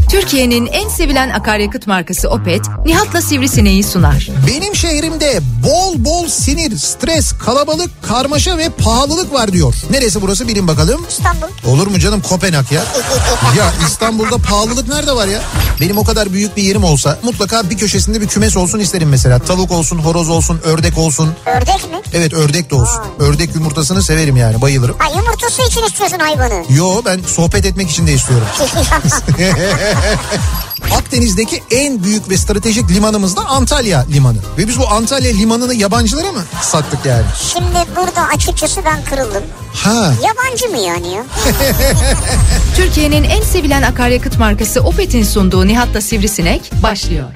Türkiye'nin en sevilen akaryakıt markası Opet, Nihat'la Sivrisineği sunar. Benim şehrimde bol bol sinir, stres, kalabalık, karmaşa ve pahalılık var diyor. Neresi burası bilin bakalım. İstanbul. Olur mu canım, Kopenhag ya. Ya İstanbul'da pahalılık nerede var ya? Benim o kadar büyük bir yerim olsa mutlaka bir köşesinde bir kümes olsun isterim mesela. Tavuk olsun, horoz olsun, ördek olsun. Ördek mi? Evet, ördek de olsun. Ördek yumurtasını severim yani, bayılırım. Ha, yumurtası için istiyorsun hayvanı. Yo, ben sohbet etmek için de istiyorum. Akdeniz'deki en büyük ve stratejik limanımız da Antalya Limanı. Ve biz bu Antalya Limanı'nı yabancılara mı sattık yani? Şimdi burada açıkçası ben kırıldım. Ha. Yabancı mı yani ya? Türkiye'nin en sevilen akaryakıt markası Opet'in sunduğu Nihat'la Sivrisinek başlıyor.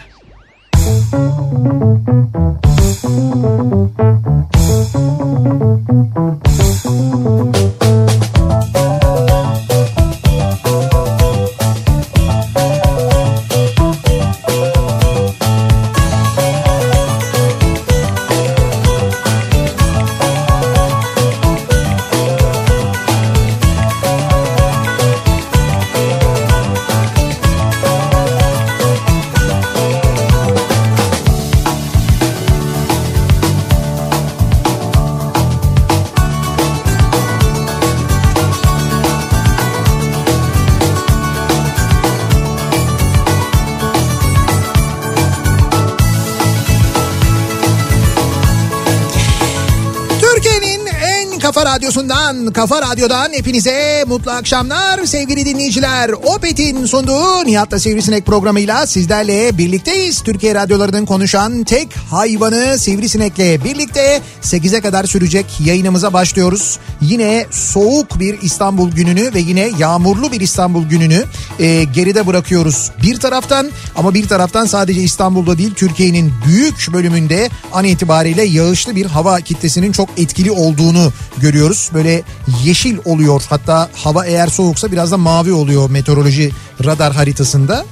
Kafa Radyo'dan hepinize mutlu akşamlar sevgili dinleyiciler. Opet'in sunduğu Nihat'la Sivrisinek programıyla sizlerle birlikteyiz. Türkiye radyolarının konuşan tek hayvanı Sivrisinek'le birlikte 8'e kadar sürecek yayınımıza başlıyoruz. Yine soğuk bir İstanbul gününü ve yine yağmurlu bir İstanbul gününü geride bırakıyoruz bir taraftan. Ama bir taraftan sadece İstanbul'da değil, Türkiye'nin büyük bölümünde an itibariyle yağışlı bir hava kitlesinin çok etkili olduğunu görüyoruz. Böyle yeşil oluyor, hatta hava eğer soğuksa biraz da mavi oluyor meteoroloji radar haritasında.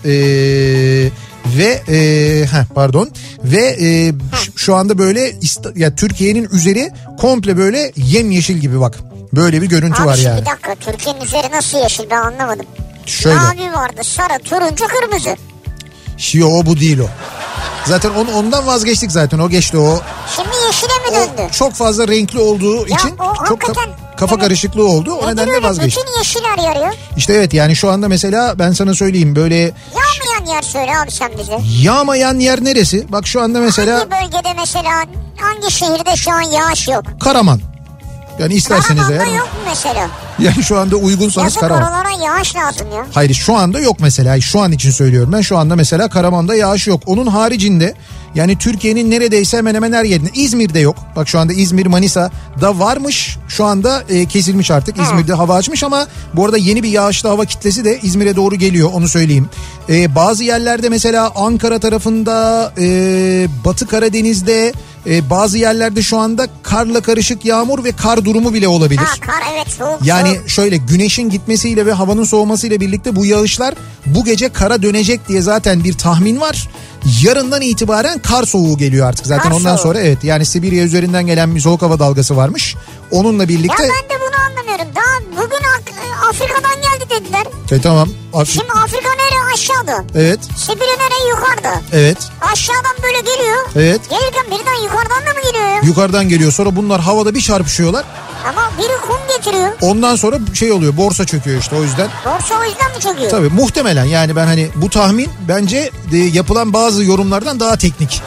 Şu anda böyle ya Türkiye'nin üzeri komple böyle yemyeşil gibi, bak. Böyle bir görüntü var yani. Bir dakika, Türkiye'nin üzeri nasıl yeşil, ben anlamadım. Şöyle. Mavi vardı, sarı, turuncu, kırmızı. O bu değil o. Zaten ondan vazgeçtik zaten, o geçti o. Şimdi yeşile mi döndü? O çok fazla renkli olduğu için çok kafa karışıklığı oldu. O nedenle vazgeçtik. Bütün yeşil her yer ya. İşte evet, yani şu anda mesela ben sana söyleyeyim böyle. Yağmayan yer söyle abi sen bize. Yağmayan yer neresi? Bak şu anda mesela. Hangi bölgede mesela, hangi şehirde şu an yağış yok? Karaman. Yani isterseniz Karaman'da eğer. yok mu mesela? Yani şu anda uygunsanız Karaman. Yazık, oralara yağış lazım ya. Hayır, şu anda yok mesela, şu an için söylüyorum ben, şu anda mesela Karaman'da yağış yok. Onun haricinde yani Türkiye'nin neredeyse hemen hemen her yerinde. İzmir'de yok. Bak şu anda İzmir, Manisa'da varmış. Şu anda kesilmiş artık. İzmir'de hava açmış ama bu arada yeni bir yağışlı hava kitlesi de İzmir'e doğru geliyor, onu söyleyeyim. Bazı yerlerde mesela Ankara tarafında, Batı Karadeniz'de, bazı yerlerde şu anda karla karışık yağmur ve kar durumu bile olabilir. Kar, evet, soğuk. Yani şöyle, güneşin gitmesiyle ve havanın soğumasıyla birlikte bu yağışlar bu gece kara dönecek diye zaten bir tahmin var. Yarından itibaren kar soğuğu geliyor artık zaten, kar ondan soğuğu. sonra evet, yani Sibirya üzerinden gelen bir soğuk hava dalgası varmış. Onunla birlikte. Ya ben de bunu anlamıyorum. Daha bugün Afrika'dan geldi dediler. Tamam. Şimdi Afrika nereye, aşağıda? Evet. Sibirya nereye, yukarıda? Evet. Aşağıdan böyle geliyor. Evet. Gelirken birden yukarıdan da mı geliyor ya? Yukarıdan geliyor, sonra bunlar havada bir çarpışıyorlar. Ama biri kum getiriyor. Ondan sonra şey oluyor, borsa çöküyor işte, o yüzden. Borsa o yüzden mi çöküyor? Tabii muhtemelen, yani ben hani bu tahmin bence yapılan bazı yorumlardan daha teknik.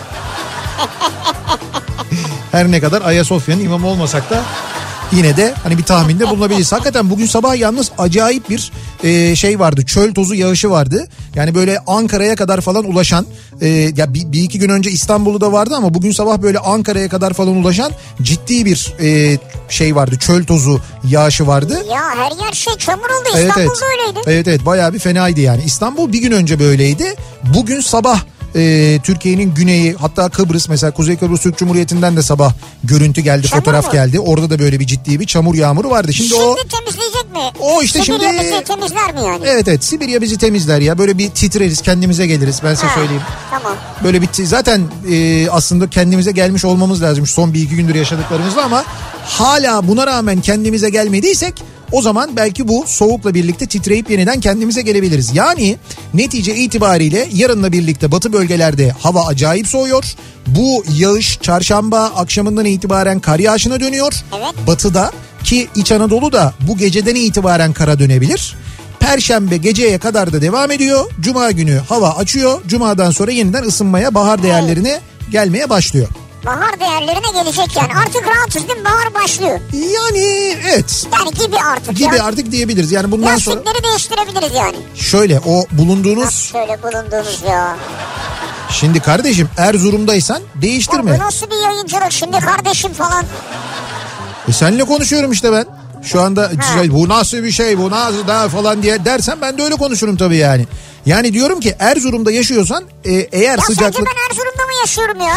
Her ne kadar Ayasofya'nın imamı olmasak da yine de hani bir tahminde bulunabiliriz. Hakikaten bugün sabah yalnız acayip bir şey vardı, çöl tozu yağışı vardı. Yani böyle Ankara'ya kadar falan ulaşan, ya bir iki gün önce İstanbul'da vardı ama bugün sabah böyle Ankara'ya kadar falan ulaşan ciddi bir şey vardı, çöl tozu yağışı vardı. Ya her yer şey çamur oldu, İstanbul'da öyleydi. Evet, bayağı bir fenaydı yani. İstanbul bir gün önce böyleydi. Bugün sabah Türkiye'nin güneyi, hatta Kıbrıs, mesela Kuzey Kıbrıs Türk Cumhuriyeti'nden de sabah görüntü geldi, çamur fotoğraf mu geldi. Orada da böyle bir ciddi bir çamur yağmuru vardı. Şimdi temizleyecek mi? O işte Sibirya şimdi. bizi temizler mi yani? Evet, Sibirya bizi temizler ya. Böyle bir titreriz, kendimize geliriz, ben size söyleyeyim. Tamam. Böyle bir zaten aslında kendimize gelmiş olmamız lazım son bir iki gündür yaşadıklarımızla, ama hala buna rağmen kendimize gelmediysek O zaman belki bu soğukla birlikte titreyip yeniden kendimize gelebiliriz. Yani netice itibariyle yarınla birlikte batı bölgelerde hava acayip soğuyor. Bu yağış çarşamba akşamından itibaren kar yağışına dönüyor. Evet. Batıda ki İç Anadolu'da bu geceden itibaren kara dönebilir. Perşembe geceye kadar da devam ediyor. Cuma günü hava açıyor. Cuma'dan sonra yeniden ısınmaya, bahar değerlerine gelmeye başlıyor. Bahar değerlerine gelecek yani. Artık rahatız değil mi? Bahar başlıyor. Yani evet. Yani gibi artık Gibi ya. artık diyebiliriz. Yani bundan sonra... Lastikleri değiştirebiliriz yani. Şöyle o bulunduğunuz... Nasıl şöyle bulunduğumuz ya? Şimdi kardeşim Erzurum'daysan değiştirme. Ya bu nasıl bir yayıncılık şimdi kardeşim falan. Seninle konuşuyorum işte ben. Şu anda bu nasıl bir şey, bu nasıl da falan diye dersen ben de öyle konuşurum tabii yani. Yani diyorum ki Erzurum'da yaşıyorsan eğer ya sıcaklık... Ya ben Erzurum'da mı yaşıyorum ya?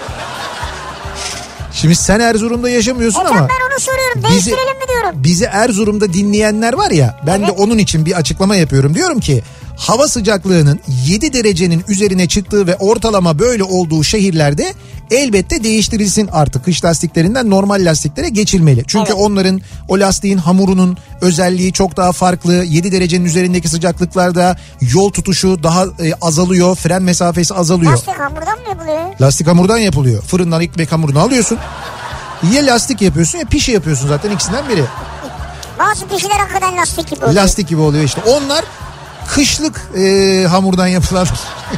Şimdi sen Erzurum'da yaşamıyorsun ama... Ben onu soruyorum, değiştirelim mi diyorum. Bizi Erzurum'da dinleyenler var ya, ben de onun için bir açıklama yapıyorum. Diyorum ki hava sıcaklığının 7 derecenin üzerine çıktığı ve ortalama böyle olduğu şehirlerde elbette değiştirilsin artık. Kış lastiklerinden normal lastiklere geçilmeli. Çünkü onların o lastiğin hamurunun özelliği çok daha farklı. 7 derecenin üzerindeki sıcaklıklarda yol tutuşu daha azalıyor. Fren mesafesi azalıyor. Lastik hamurdan mı yapılıyor? Lastik hamurdan yapılıyor. Fırından ekmek hamurunu alıyorsun. Ya lastik yapıyorsun ya pişi yapıyorsun, zaten ikisinden biri. Bazı pişiler hakikaten lastik gibi oluyor. Lastik gibi oluyor işte. Onlar kışlık hamurdan yapılanlar.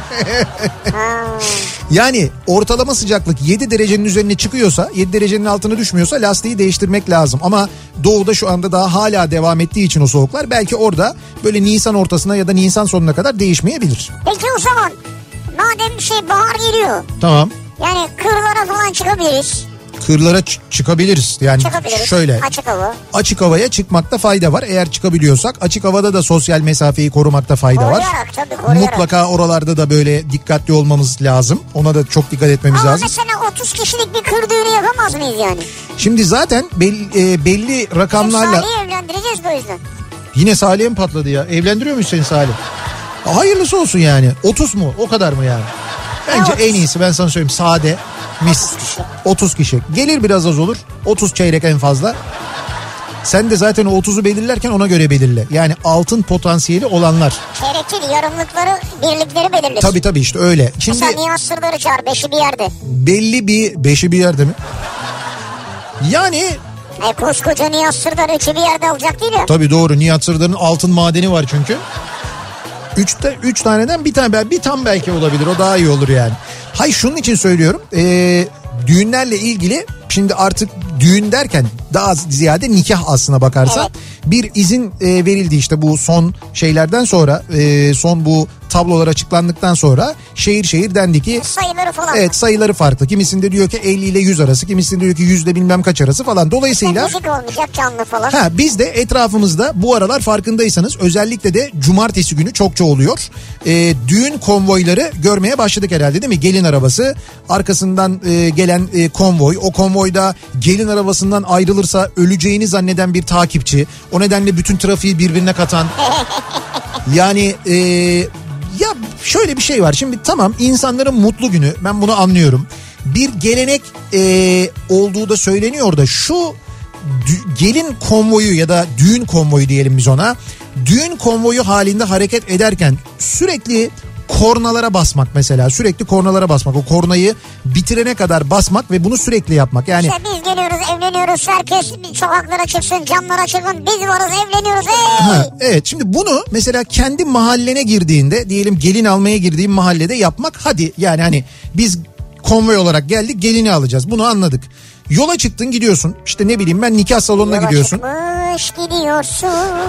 Yani ortalama sıcaklık 7 derecenin üzerine çıkıyorsa, 7 derecenin altına düşmüyorsa lastiği değiştirmek lazım. Ama doğuda şu anda daha hala devam ettiği için o soğuklar belki orada böyle Nisan ortasına ya da Nisan sonuna kadar değişmeyebilir. Peki o zaman madem bahar geliyor. Tamam. Yani kırlara falan çıkabiliriz. Kırlara çıkabiliriz. Yani şöyle açık havaya çıkmakta fayda var. Eğer çıkabiliyorsak açık havada da sosyal mesafeyi korumakta fayda var. Tabii. Mutlaka oralarda da böyle dikkatli olmamız lazım. Ona da çok dikkat etmemiz lazım. Ama mesela 30 kişilik bir kır düğünü yapamaz mıyız yani? Şimdi zaten belli rakamlarla... Salih'i evlendireceğiz bu yüzden. Yine Salih'e mi patladı ya? Evlendiriyor muyuz seni Salih? Hayırlısı olsun yani. 30 mu? O kadar mı yani? Bence en iyisi, ben sana söyleyeyim, sade. Mis. 30 kişi. Gelir biraz az olur. 30 çeyrek en fazla. Sen de zaten o 30'u belirlerken ona göre belirle. Yani altın potansiyeli olanlar. Çeyrek değil, yarımlıkları, birlikleri belirlesin. Tabii işte öyle. Şimdi mesela Nihat Sırdar'ı çağır, 5'i bir yerde. Belli bir 5'i bir yerde mi? Yani... koskoca Nihat Sırdar 3'ü bir yerde alacak değil ya. Tabii doğru, Nihat Sırdar'ın altın madeni var çünkü. 3 taneden bir tane, bir tam belki olabilir, o daha iyi olur yani. Hayır, şunun için söylüyorum, düğünlerle ilgili şimdi artık düğün derken daha ziyade nikah aslına bakarsan bir izin verildi işte bu son şeylerden sonra, son bu tablolar açıklandıktan sonra şehir şehir dendi ki sayıları falan. Evet, sayıları farklı. Kimisinde diyor ki 50 ile 100 arası, kimisinde diyor ki 100 ile bilmem kaç arası falan. Dolayısıyla müzik olmayacak, canlı falan. Biz de etrafımızda bu aralar farkındaysanız özellikle de cumartesi günü çokça oluyor. Düğün konvoyları görmeye başladık herhalde, değil mi? Gelin arabası, arkasından gelen konvoy, o konvoyda gelin arabasından ayrılırsa öleceğini zanneden bir takipçi. O nedenle bütün trafiği birbirine katan. Yani ya şöyle bir şey var. Şimdi tamam, insanların mutlu günü, ben bunu anlıyorum. Bir gelenek olduğu da söyleniyor da şu gelin konvoyu ya da düğün konvoyu diyelim biz ona. Düğün konvoyu halinde hareket ederken sürekli kornalara basmak mesela, sürekli kornalara basmak, o kornayı bitirene kadar basmak ve bunu sürekli yapmak. Yani İşte biz geliyoruz, evleniyoruz, herkes sokaklara çıksın, camlara çıkın, biz varız, evleniyoruz. Evet, şimdi bunu mesela kendi mahallene girdiğinde, diyelim gelin almaya girdiğin mahallede yapmak, hadi yani hani biz konvoy olarak geldik, gelini alacağız, bunu anladık. Yola çıktın, gidiyorsun işte, ne bileyim ben, nikah salonuna gidiyorsun. Yola çıkmış gidiyorsun.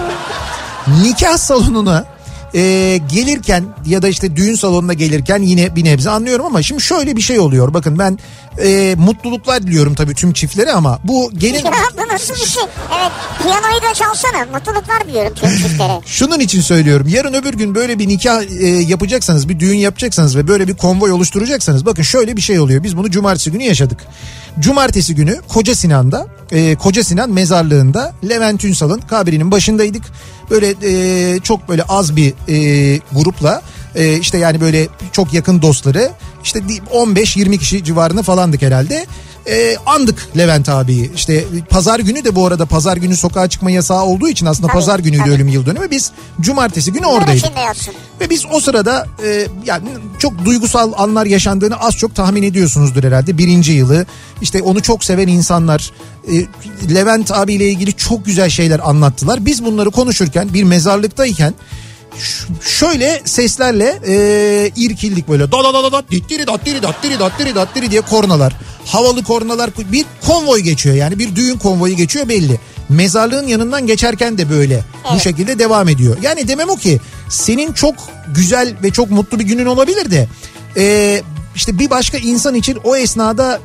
Nikah salonuna gelirken ya da işte düğün salonuna gelirken yine bir nebze anlıyorum ama şimdi şöyle bir şey oluyor. Bakın ben mutluluklar diliyorum tabii tüm çiftlere ama bu gelin... Ya bu nasıl bir şey? Evet, piyanoyu da çalsana. Mutluluklar diliyorum tüm çiftlere. Şunun için söylüyorum. Yarın öbür gün böyle bir nikah yapacaksanız, bir düğün yapacaksanız ve böyle bir konvoy oluşturacaksanız, bakın şöyle bir şey oluyor. Biz bunu cumartesi günü yaşadık. Cumartesi günü Koca Sinan'da, Koca Sinan mezarlığında Levent Ünsal'ın kabrinin başındaydık. Böyle çok böyle az bir grupla, işte yani böyle çok yakın dostları, işte 15-20 kişi civarında falandık herhalde. andık Levent abiyi. İşte pazar günü de bu arada pazar günü sokağa çıkma yasağı olduğu için aslında tabii, pazar günüydü tabii. ölüm yıl dönümü. Biz cumartesi günü oradaydık. Ve biz o sırada yani çok duygusal anlar yaşandığını az çok tahmin ediyorsunuzdur herhalde. 1. yılı işte onu çok seven insanlar Levent abiyle ilgili çok güzel şeyler anlattılar. Biz bunları konuşurken bir mezarlıktayken şöyle seslerle irkildik böyle da da da da dittiri dattiri dattiri dattiri dattiri diye kornalar, havalı kornalar, bir konvoy geçiyor yani bir düğün konvoyu geçiyor belli. Mezarlığın yanından geçerken de böyle bu şekilde devam ediyor. Yani demem o ki senin çok güzel ve çok mutlu bir günün olabilir de işte bir başka insan için o esnada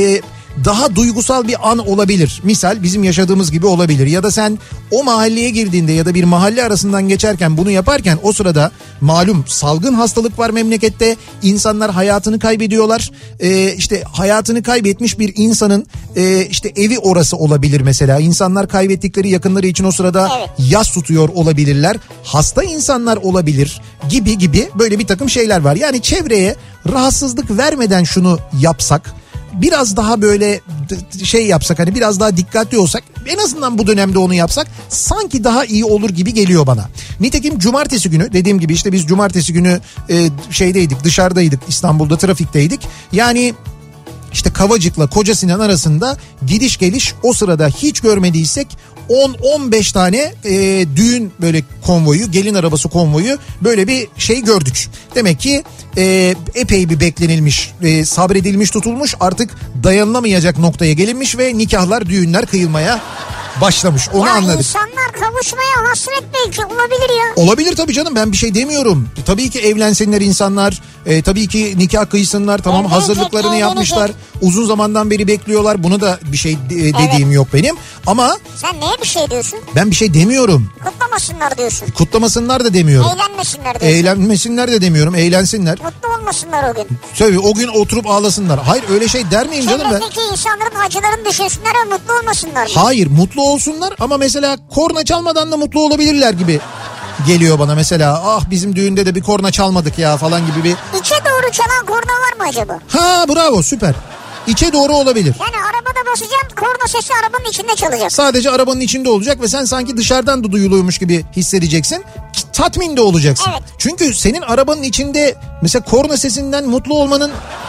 daha duygusal bir an olabilir. Misal bizim yaşadığımız gibi olabilir. Ya da sen o mahalleye girdiğinde ya da bir mahalle arasından geçerken bunu yaparken o sırada malum salgın hastalık var memlekette. İnsanlar hayatını kaybediyorlar. İşte hayatını kaybetmiş bir insanın işte evi orası olabilir mesela. İnsanlar kaybettikleri yakınları için o sırada yas tutuyor olabilirler. Hasta insanlar olabilir gibi böyle bir takım şeyler var. Yani çevreye rahatsızlık vermeden şunu yapsak, biraz daha böyle şey yapsak, hani biraz daha dikkatli olsak, en azından bu dönemde onu yapsak sanki daha iyi olur gibi geliyor bana. Nitekim cumartesi günü dediğim gibi işte biz cumartesi günü şeydeydik, dışarıdaydık, İstanbul'da trafikteydik. Yani işte Kavacık'la Kocasinan arasında gidiş geliş o sırada hiç görmediysek 10-15 tane düğün böyle konvoyu, gelin arabası konvoyu böyle bir şey gördük. Demek ki epey bir beklenilmiş, sabredilmiş, tutulmuş, artık dayanılamayacak noktaya gelinmiş ve nikahlar, düğünler kıyılmaya başlamış. Onu anladık. İnsanlar kavuşmaya hasret belki olabilir ya. Olabilir tabii canım, ben bir şey demiyorum. Tabii ki evlensinler insanlar. Tabii ki nikah kıysınlar. Tamam, hazırlıklarını yapmışlar. Uzun zamandan beri bekliyorlar. Bunu da bir şey dediğim yok benim. Ama sen neye bir şey diyorsun? Ben bir şey demiyorum. Kutlamasınlar diyorsun. Kutlamasınlar da demiyorum. Eğlenmesinler diyorsun. Eğlenmesinler de demiyorum. Eğlensinler. Mutlu olmasınlar o gün. Tabii o gün oturup ağlasınlar. Hayır, öyle şey der miyim canım ben? Çevredeki insanların acılarını düşünsünler ve mutlu olmasınlar. Hayır, mutlu olsunlar ama mesela korna çalmadan da mutlu olabilirler gibi geliyor bana mesela. Ah, bizim düğünde de bir korna çalmadık ya falan gibi bir. İçe doğru çalan korna var mı acaba? Ha, bravo, süper. İçe doğru olabilir. Yani arabada basacaksın, korna sesi arabanın içinde çalacak. Sadece arabanın içinde olacak ve sen sanki dışarıdan da duyuluyormuş gibi hissedeceksin. Tatmin de olacaksın. Evet. Çünkü senin arabanın içinde mesela korna sesinden mutlu olmanın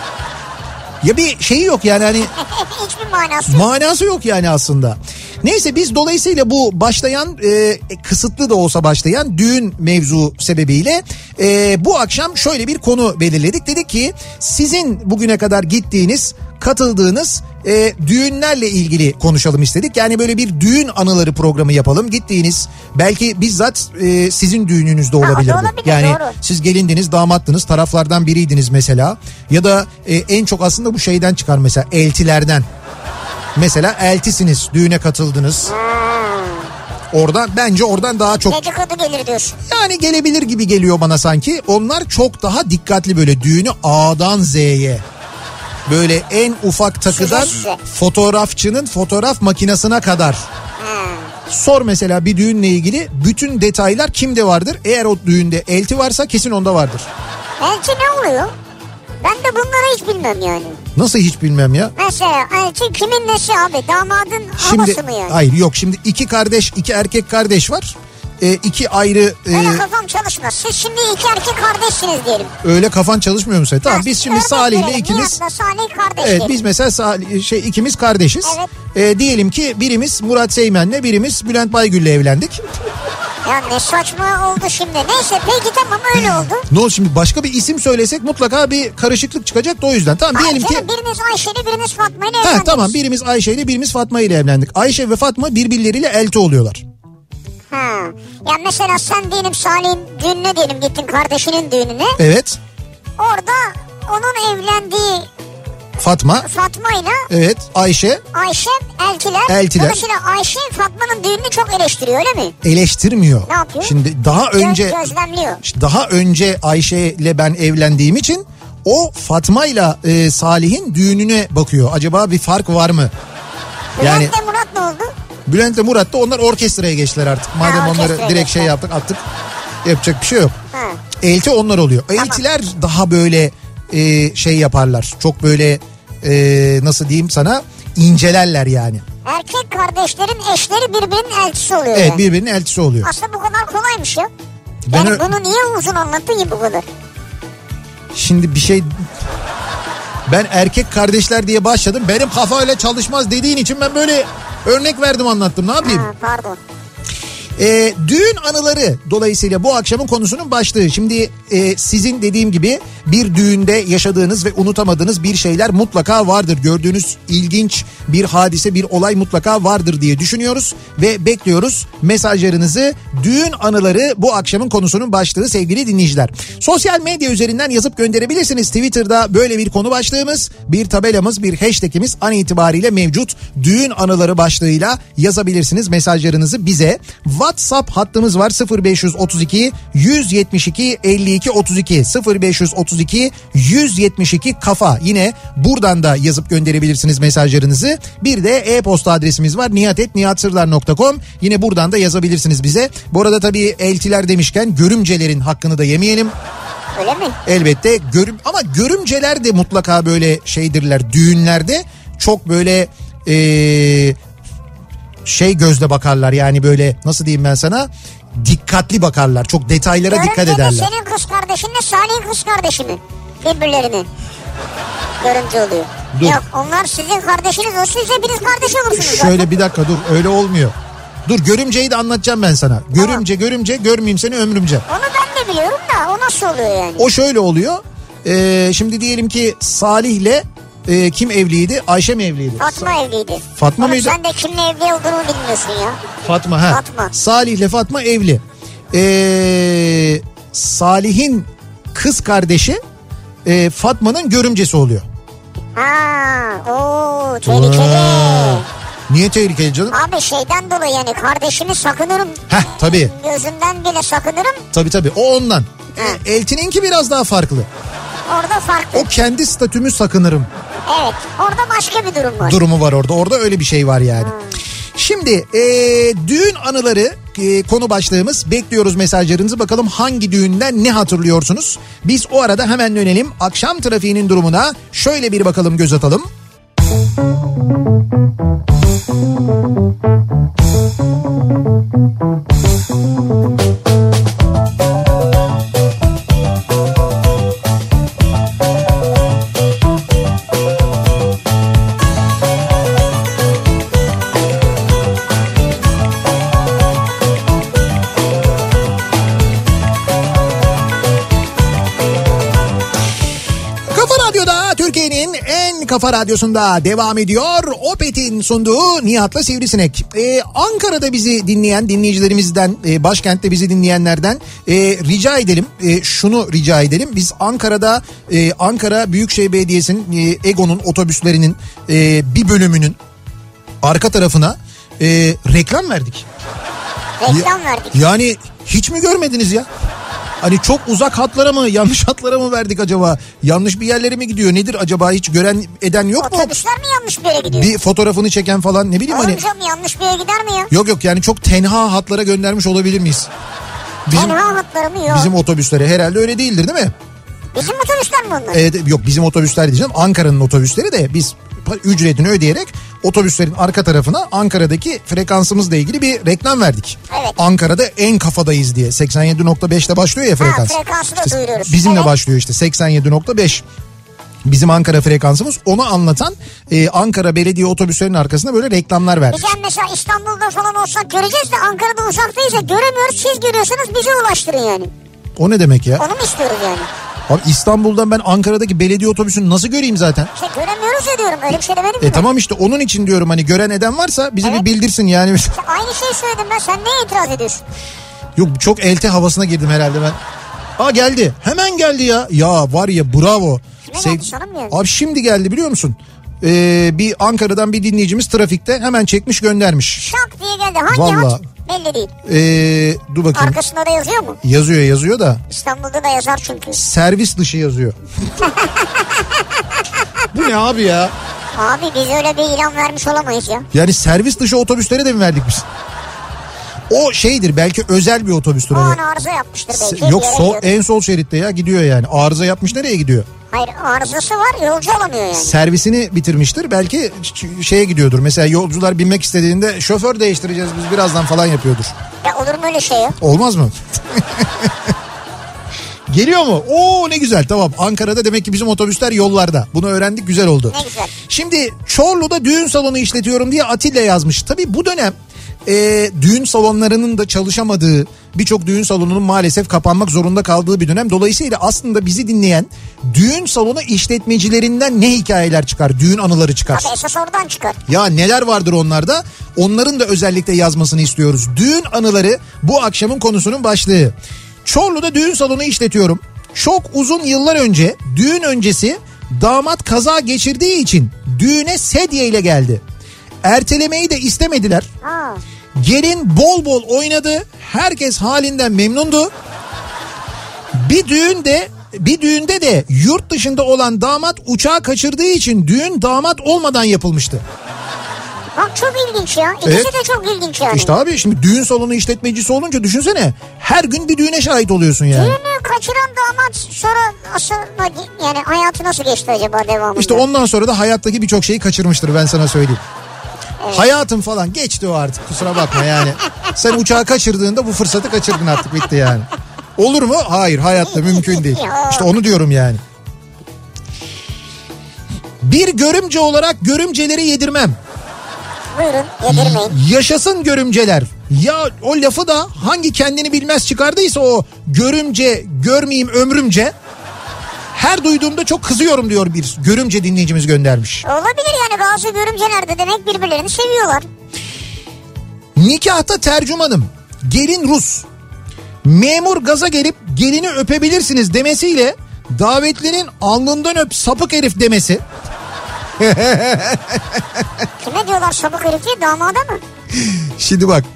ya bir şeyi yok yani, hani hiçbir manası yok. Manası yok yani aslında. Neyse, biz dolayısıyla bu başlayan kısıtlı da olsa başlayan düğün mevzu sebebiyle bu akşam şöyle bir konu belirledik. Dedik ki sizin bugüne kadar gittiğiniz, katıldığınız düğünlerle ilgili konuşalım istedik. Yani böyle bir düğün anıları programı yapalım. Gittiğiniz, belki bizzat sizin düğününüzde olabilir bu. Olabilir, yani doğru. siz gelindiniz, damattınız, taraflardan biriydiniz mesela. Ya da en çok aslında bu şeyden çıkar mesela, eltilerden. Mesela eltisiniz, düğüne katıldınız. Oradan, bence oradan daha çok. Dedikodu gelir diyorsun. Yani gelebilir gibi geliyor bana sanki. Onlar çok daha dikkatli, böyle düğünü A'dan Z'ye. Böyle en ufak takıdan fotoğrafçının fotoğraf makinesine kadar. Sor mesela bir düğünle ilgili bütün detaylar kimde vardır? Eğer o düğünde elti varsa kesin onda vardır. Elti ne oluyor? Ben de bunları hiç bilmem yani. Nasıl hiç bilmem ya? Mesela elti kimin nesi abi? Damadın havası mı yani? Hayır, yok, şimdi iki erkek kardeş var. İki ayrı... Öyle kafam çalışmaz. Siz şimdi iki erkek kardeşsiniz diyelim. Öyle kafan çalışmıyor mu sen? Tamam, biz şimdi Salih ile ikimiz... Nihat'la Salih kardeş Evet, diyelim. biz mesela ikimiz kardeşiz. Evet. Diyelim ki birimiz Murat Seymen'le, birimiz Bülent Baygül'le evlendik. Ya ne saçma oldu şimdi. Neyse, peki tamam, öyle oldu. Ne oldu şimdi, başka bir isim söylesek mutlaka bir karışıklık çıkacak da o yüzden. Tamam, diyelim ki... Biriniz Ayşe'yle, biriniz Fatma'yla evlendiniz. Tamam, birimiz Ayşe ile, birimiz Fatma ile evlendik. Ayşe ve Fatma birbirleriyle elti oluyorlar. Ya mesela sen diyelim Salih'in düğününe diyelim gittin, kardeşinin düğününe. Evet. Orada onun evlendiği Fatma'yla evet, Ayşe eltiler. Dolayısıyla Ayşe Fatma'nın düğününü çok eleştiriyor, öyle mi? Eleştirmiyor. Ne yapıyor? Şimdi gözlemliyor. Daha önce Ayşe ile ben evlendiğim için o Fatma ile Salih'in düğününe bakıyor. Acaba bir fark var mı? Bülent'le Murat ne oldu? Bülent'le Murat da onlar orkestraya geçtiler artık. Madem onları direkt şey yaptık, attık. Yapacak bir şey yok. Elti onlar oluyor. Tamam. Eltiler daha böyle şey yaparlar. Çok böyle nasıl diyeyim sana, incelerler yani. Erkek kardeşlerin eşleri birbirinin elçisi oluyor. Evet yani. birbirinin elçisi oluyor. Aslında bu kadar kolaymış ya. Yani bunu niye uzun anlattın ki bu kadar? Şimdi bir şey... Ben erkek kardeşler diye başladım. Benim kafa öyle çalışmaz dediğin için ben böyle örnek verdim, anlattım. Ne yapayım? Pardon. Düğün anıları dolayısıyla bu akşamın konusunun başlığı. Şimdi sizin dediğim gibi bir düğünde yaşadığınız ve unutamadığınız bir şeyler mutlaka vardır. Gördüğünüz ilginç bir hadise, bir olay mutlaka vardır diye düşünüyoruz ve bekliyoruz mesajlarınızı. Düğün anıları bu akşamın konusunun başlığı sevgili dinleyiciler. Sosyal medya üzerinden yazıp gönderebilirsiniz. Twitter'da böyle bir konu başlığımız, bir tabelamız, bir hashtagimiz an itibariyle mevcut. Düğün anıları başlığıyla yazabilirsiniz mesajlarınızı bize. WhatsApp hattımız var 0532 172 52 32 0532 172 kafa. Yine buradan da yazıp gönderebilirsiniz mesajlarınızı. Bir de e-posta adresimiz var nihatetnihatsırdar.com. Yine buradan da yazabilirsiniz bize. Bu arada tabii eltiler demişken görümcelerin hakkını da yemeyelim. Öyle mi? Elbette ama görümceler de mutlaka böyle şeydirler, düğünlerde çok böyle gözle bakarlar, yani böyle nasıl diyeyim ben sana, dikkatli bakarlar, çok detaylara dikkat ederler. Senin kız kardeşinle Salih'in kız kardeşi mi birbirlerini görümce oluyor? Dur. Yok, onlar sizin kardeşiniz, o siz hepiniz kardeş olursunuz. Şöyle zaten. bir dakika dur, öyle olmuyor. Dur, görümceyi de anlatacağım ben sana. Görümce görmeyeyim seni ömrümce. Onu ben de biliyorum da o nasıl oluyor yani? O şöyle oluyor. Şimdi diyelim ki Salih'le kim evliydi? Ayşe mi evliydi? Fatma evliydi. Fatma mıydı? Sen de kimle evli olduğunu bilmiyorsun ya. Fatma ha. Fatma. Salih'le Fatma evli. Salih'in kız kardeşi Fatma'nın görümcesi oluyor. Tehlikeli. Niye tehlikeli canım? Abi şeyden dolayı, yani kardeşimi sakınırım. Tabii. Gözümden bile sakınırım. Tabii o ondan. Eltininki biraz daha farklı. Orada farklı. O kendi statümü sakınırım. Evet, orada başka bir durum var. Durumu var orada. Orada öyle bir şey var yani. Şimdi düğün anıları konu başlığımız. Bekliyoruz mesajlarınızı. Bakalım hangi düğünden ne hatırlıyorsunuz? Biz o arada hemen dönelim. Akşam trafiğinin durumuna şöyle bir bakalım, göz atalım. Kafa Radyosu'nda devam ediyor. Opet'in sunduğu Nihat'la Sivrisinek. Ankara'da bizi dinleyen dinleyicilerimizden, başkentte bizi dinleyenlerden rica edelim. Şunu rica edelim. Biz Ankara'da Ankara Büyükşehir Belediyesi'nin Ego'nun otobüslerinin bir bölümünün arka tarafına reklam verdik. Reklam verdik. Yani hiç mi görmediniz ya? Hani çok uzak hatlara mı, yanlış hatlara mı verdik acaba? Yanlış bir yerlere mi gidiyor? Nedir acaba? Hiç gören eden yok mu? Otobüsler mi yanlış bir yere gidiyor? Bir fotoğrafını çeken falan, ne bileyim hani. Canım, yanlış bir yere gider mi ya? Yok yani çok tenha hatlara göndermiş olabilir miyiz? Tenha hatları mı? Yok. Bizim otobüslere herhalde öyle değildir değil mi? Bizim otobüsler mi onlar? Evet, yok bizim otobüsler diyeceğim. Ankara'nın otobüsleri de biz ücretini ödeyerek otobüslerin arka tarafına Ankara'daki frekansımızla ilgili bir reklam verdik. Evet. Ankara'da en kafadayız diye. 87.5'te başlıyor ya frekans. Frekansı da duyuruyoruz. Bizimle başlıyor işte 87.5. Bizim Ankara frekansımız, onu anlatan Ankara belediye otobüslerinin arkasında böyle reklamlar verdik. Biz mesela İstanbul'da falan olsak göreceğiz de Ankara'da uzaktayız ya, göremiyoruz, siz görüyorsanız bize ulaştırın yani. O ne demek ya? Onu mu istiyoruz yani? Abi İstanbul'dan ben Ankara'daki belediye otobüsünü nasıl göreyim zaten? İşte göremiyoruz ya diyorum, öyle bir şey demedim mi? Tamam işte onun için diyorum, hani gören eden varsa bize bir bildirsin yani. İşte aynı şeyi söyledim ben, sen neye itiraz ediyorsun? Yok, çok elti havasına girdim herhalde ben. Geldi, hemen geldi ya. Ya var ya, bravo. Geldi, sana mı geldi? Abi şimdi geldi, biliyor musun? Bir Ankara'dan bir dinleyicimiz trafikte hemen çekmiş göndermiş. Şak diye geldi. Hangi Vallahi, hat? Belli değil. Dur bakayım. Arkasında da yazıyor mu? Yazıyor da. İstanbul'da da yazar çünkü. Servis dışı yazıyor. Bu ne abi ya? Abi biz öyle bir ilan vermiş olamayız ya. Yani servis dışı otobüslere de mi verdik biz? O şeydir, belki özel bir otobüstür. O an arıza yapmıştır belki. Yok, en sol şeritte ya gidiyor yani. Arıza yapmış, nereye gidiyor? Hayır, arızası var, yolcu alamıyor yani. Servisini bitirmiştir. Belki şeye gidiyordur. Mesela yolcular binmek istediğinde şoför değiştireceğiz biz birazdan falan yapıyordur. Ya olur mu öyle şey ya? Olmaz mı? Geliyor mu? Oo ne güzel, tamam. Ankara'da demek ki bizim otobüsler yollarda. Bunu öğrendik, güzel oldu. Ne güzel. Şimdi Çorlu'da düğün salonu işletiyorum diye Atilla yazmış. Tabii bu dönem düğün salonlarının da çalışamadığı, birçok düğün salonunun maalesef kapanmak zorunda kaldığı bir dönem. Dolayısıyla aslında bizi dinleyen düğün salonu işletmecilerinden ne hikayeler çıkar, düğün anıları çıkar. Tabii esas oradan çıkar. Ya neler vardır onlarda, onların da özellikle yazmasını istiyoruz. Düğün anıları bu akşamın konusunun başlığı. Çorlu'da düğün salonu işletiyorum. Çok uzun yıllar önce düğün öncesi damat kaza geçirdiği için düğüne sedye ile geldi. Ertelemeyi de istemediler. Ha. Gelin bol bol oynadı. Herkes halinden memnundu. Bir düğünde de yurt dışında olan damat uçağı kaçırdığı için düğün damat olmadan yapılmıştı. Bak çok ilginç ya. İkisi de çok ilginç yani. İşte abi şimdi düğün salonu işletmecisi olunca düşünsene. Her gün bir düğüne şahit oluyorsun yani. Düğünü kaçıran damat sonra aslında yani hayatı nasıl geçti acaba devamında? İşte ondan sonra da hayattaki birçok şeyi kaçırmıştır, ben sana söyleyeyim. Evet. Hayatın falan geçti o artık, kusura bakma yani. Sen uçağı kaçırdığında bu fırsatı kaçırdın, artık bitti yani. Olur mu? Hayır, hayatta mümkün değil. İşte onu diyorum yani. Bir görümce olarak görümceleri yedirmem. Buyurun, yedirmeyin. Yaşasın görümceler. Ya o lafı da hangi kendini bilmez çıkardıysa o görümce, görmeyeyim ömrümce. Her duyduğumda çok kızıyorum diyor bir görümce dinleyicimiz göndermiş. Olabilir yani, bazı görümceler de demek birbirlerini seviyorlar. Nikahta tercümanım. Gelin Rus. Memur gaza gelip gelini öpebilirsiniz demesiyle davetlinin alnından öp sapık herif demesi. Kime diyorlar sapık herif diye, damada mı? Şimdi bak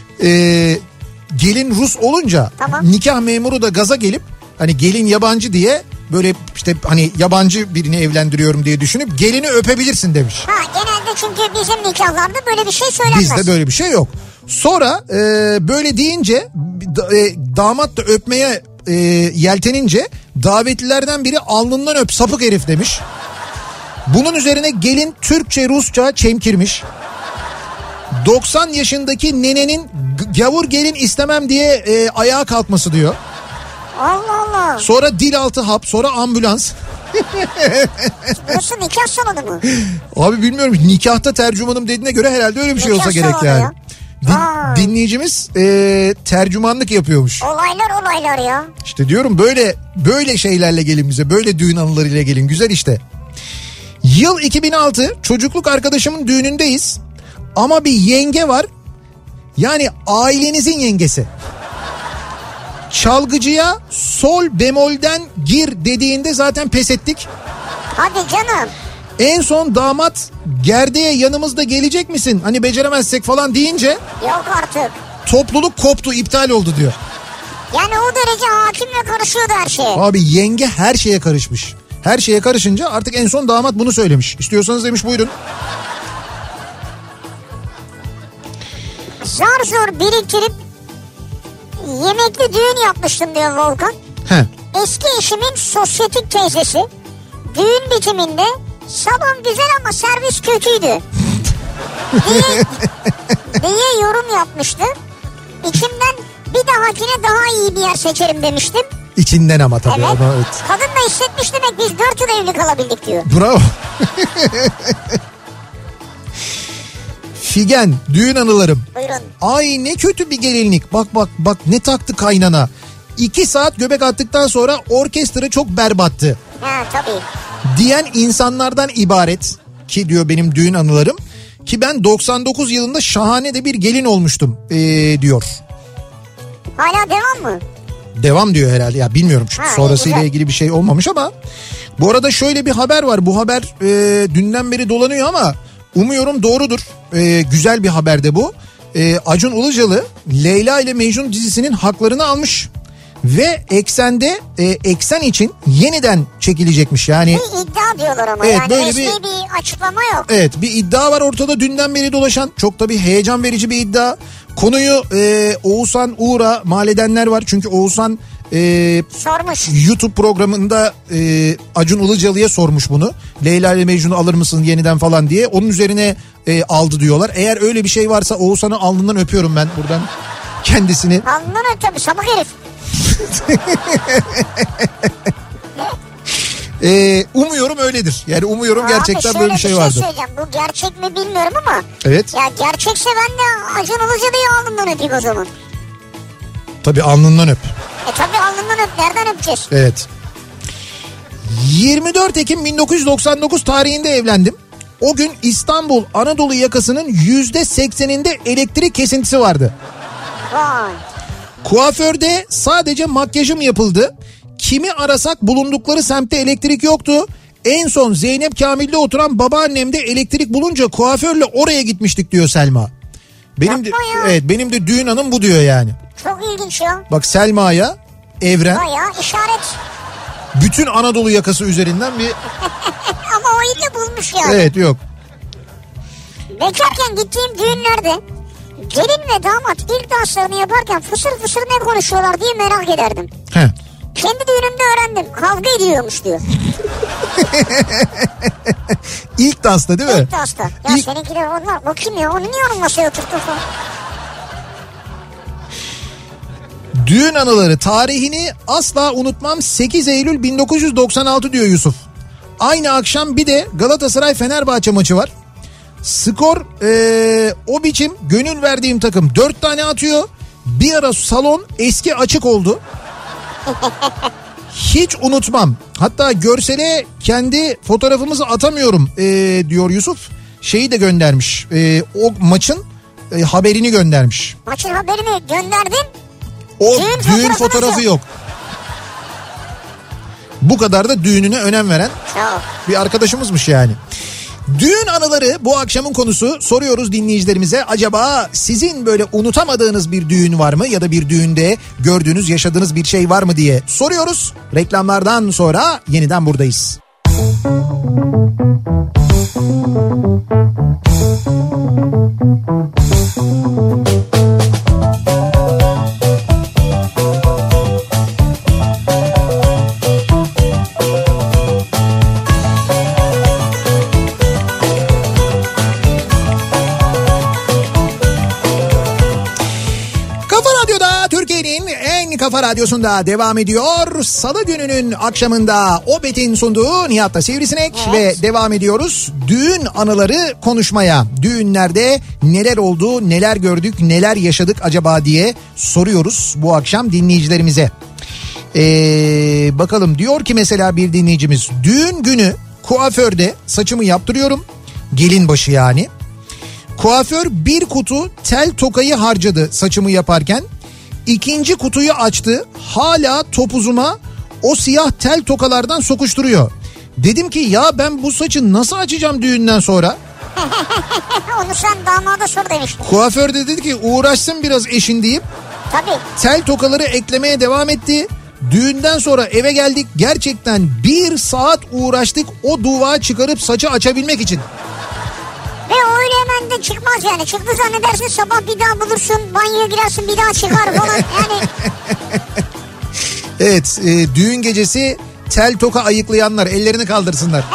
gelin Rus olunca tamam. Nikah memuru da gaza gelip hani gelin yabancı diye böyle işte hani yabancı birini evlendiriyorum diye düşünüp gelini öpebilirsin demiş. Ha, genelde çünkü bizim nikahlarda böyle bir şey söylenmez. Bizde böyle bir şey yok. Sonra böyle deyince damat da öpmeye yeltenince davetlilerden biri alnından öp sapık herif demiş. Bunun üzerine gelin Türkçe Rusça çemkirmiş. 90 yaşındaki nenenin gavur gelin istemem diye ayağa kalkması diyor. Allah Allah. Sonra dil altı hap, sonra ambulans. Burası nikah salonu mu? Abi bilmiyorum, nikahta tercümanım dediğine göre herhalde öyle bir şey olsa gerek yani. Dinleyicimiz tercümanlık yapıyormuş. Olaylar ya. İşte diyorum böyle şeylerle gelin bize, böyle düğün anılarıyla gelin, güzel işte. Yıl 2006, çocukluk arkadaşımın düğünündeyiz ama bir yenge var, yani ailenizin yengesi. Çalgıcıya sol bemolden gir dediğinde zaten pes ettik. Hadi canım. En son damat gerdeğe yanımızda gelecek misin hani beceremezsek falan deyince. Yok artık. Topluluk koptu, iptal oldu diyor. Yani o derece hakimle karışıyordu her şey. Abi yenge her şeye karışmış. Her şeye karışınca artık en son damat bunu söylemiş. İstiyorsanız demiş buyurun. Zar zor biriktirip yemekli düğün yapmıştım diyor Volkan. He. Eski eşimin sosyetik teyzesi düğün bitiminde salon güzel ama servis kötüydü diye yorum yapmıştı. İçimden bir dahakine daha iyi bir yer seçerim demiştim. İçinden ama tabii. Evet. Ama evet. Kadın da hissetmiş demek, biz 4 yıl evli kalabildik diyor. Bravo. Figen, düğün anılarım. Buyurun. Ay ne kötü bir gelinlik. Bak ne taktı kaynana. 2 saat göbek attıktan sonra orkestra çok berbattı. Ha tabii. Diyen insanlardan ibaret ki diyor benim düğün anılarım. Ki ben 99 yılında şahane de bir gelin olmuştum diyor. Hala devam mı? Devam diyor herhalde, ya bilmiyorum sonrasıyla ilgili bir şey olmamış ama. Bu arada şöyle bir haber var, bu haber dünden beri dolanıyor ama umuyorum doğrudur. Güzel bir haber de bu. Acun Ilıcalı Leyla ile Mecnun dizisinin haklarını almış ve Eksen'de Eksen için yeniden çekilecekmiş yani. Bir iddia diyorlar ama evet, yani böyle resmi bir açıklama yok. Evet, bir iddia var ortada dünden beri dolaşan, çok tabii heyecan verici bir iddia. Konuyu Oğuzhan Uğur'a mal edenler var çünkü Oğuzhan sormuş. YouTube programında Acun Ilıcalı'ya sormuş bunu. Leyla ile Mecnun'u alır mısın yeniden falan diye. Onun üzerine aldı diyorlar. Eğer öyle bir şey varsa Oğuzhan'ı alnından öpüyorum ben buradan kendisini. Alnından öp tabii, sapık herif. Umuyorum öyledir. Yani umuyorum gerçekten abi, böyle bir şey vardır. Söyleyeceğim. Bu gerçek mi bilmiyorum ama. Evet. Ya gerçekse ben de Acun Ilıcalı'yı alnından öpeyim o zaman. Tabii alnından öp. Tabii alnından öp. Nereden öpeceğiz? Evet. 24 Ekim 1999 tarihinde evlendim. O gün İstanbul Anadolu yakasının %80'inde elektrik kesintisi vardı. Vay. Kuaförde sadece makyajım yapıldı. Kimi arasak bulundukları semtte elektrik yoktu. En son Zeynep Kamil'de oturan babaannemde elektrik bulunca kuaförle oraya gitmiştik diyor Selma. Benim de düğün hanım bu diyor yani. Çok ilginç ya. Bak Selma'ya Evren. Bayağı işaret. Bütün Anadolu yakası üzerinden bir... Ama o iyi bulmuş yani. Evet, yok. Bekarken gittiğim düğünlerde gelin ve damat ilk danslarını yaparken fısır fısır ne konuşuyorlar diye merak ederdim. He. Kendi düğünümde öğrendim. Kavga ediyormuş diyor. İlk dansta değil mi? İlk dansta. Ya seninkiler onlar. Bakayım ya, onu niye onun masaya oturttun falan. Düğün anıları, tarihini asla unutmam, 8 Eylül 1996 diyor Yusuf. Aynı akşam bir de Galatasaray Fenerbahçe maçı var. Skor o biçim, gönül verdiğim takım 4 tane atıyor. Bir ara salon eski açık oldu. Hiç unutmam. Hatta görsele kendi fotoğrafımızı atamıyorum diyor Yusuf. Şeyi de göndermiş. O maçın haberini göndermiş. Maçın haberini gönderdin. O düğün fotoğrafı yok. Bu kadar da düğününe önem veren bir arkadaşımızmış yani. Düğün anıları bu akşamın konusu. Soruyoruz dinleyicilerimize, acaba sizin böyle unutamadığınız bir düğün var mı? Ya da bir düğünde gördüğünüz, yaşadığınız bir şey var mı diye soruyoruz. Reklamlardan sonra yeniden buradayız. Kafa Radyosu'nda devam ediyor. Salı gününün akşamında Opet'in sunduğu Nihat'la Sivrisinek ve devam ediyoruz. Düğün anıları konuşmaya. Düğünlerde neler oldu, neler gördük, neler yaşadık acaba diye soruyoruz bu akşam dinleyicilerimize. Bakalım, diyor ki mesela bir dinleyicimiz, düğün günü kuaförde saçımı yaptırıyorum. Gelin başı yani. Kuaför bir kutu tel tokayı harcadı saçımı yaparken. İkinci kutuyu açtı, hala topuzuma o siyah tel tokalardan sokuşturuyor. Dedim ki ya ben bu saçı nasıl açacağım düğünden sonra? Onu sen damada sor demiştin. Kuaför de dedi ki uğraşsın biraz eşin deyip. Tabii. Tel tokaları eklemeye devam etti. Düğünden sonra eve geldik, gerçekten 1 saat uğraştık o duvağı çıkarıp saçı açabilmek için. Ve öyle hemen de çıkmaz yani. Çıktı zannedersin, sabah bir daha bulursun, banyoya girersin, bir daha çıkar falan yani. Evet, düğün gecesi tel toka ayıklayanlar ellerini kaldırsınlar.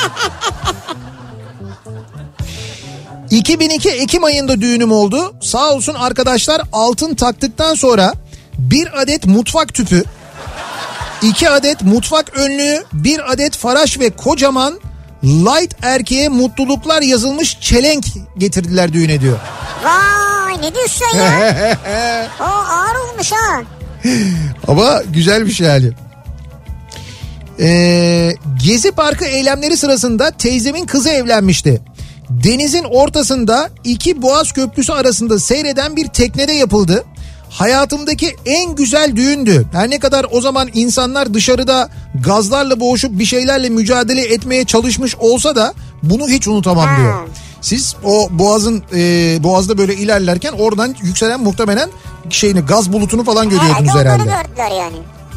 2002 Ekim ayında düğünüm oldu. Sağ olsun arkadaşlar, altın taktıktan sonra 1 adet mutfak tüpü, 2 adet mutfak önlüğü, 1 adet faraş ve kocaman Light erkeğe mutluluklar yazılmış çelenk getirdiler düğüne diyor. Vay, ne diyorsun ya? O ağır olmuş ha. Ama güzelmiş yani. Gezi Parkı eylemleri sırasında teyzemin kızı evlenmişti. Denizin ortasında 2 boğaz köprüsü arasında seyreden bir teknede yapıldı. Hayatımdaki en güzel düğündü. Her ne kadar o zaman insanlar dışarıda gazlarla boğuşup bir şeylerle mücadele etmeye çalışmış olsa da bunu hiç unutamam diyor. Siz o boğazda böyle ilerlerken oradan yükselen muhtemelen gaz bulutunu falan görüyordunuz herhalde. Evet, gördüler yani.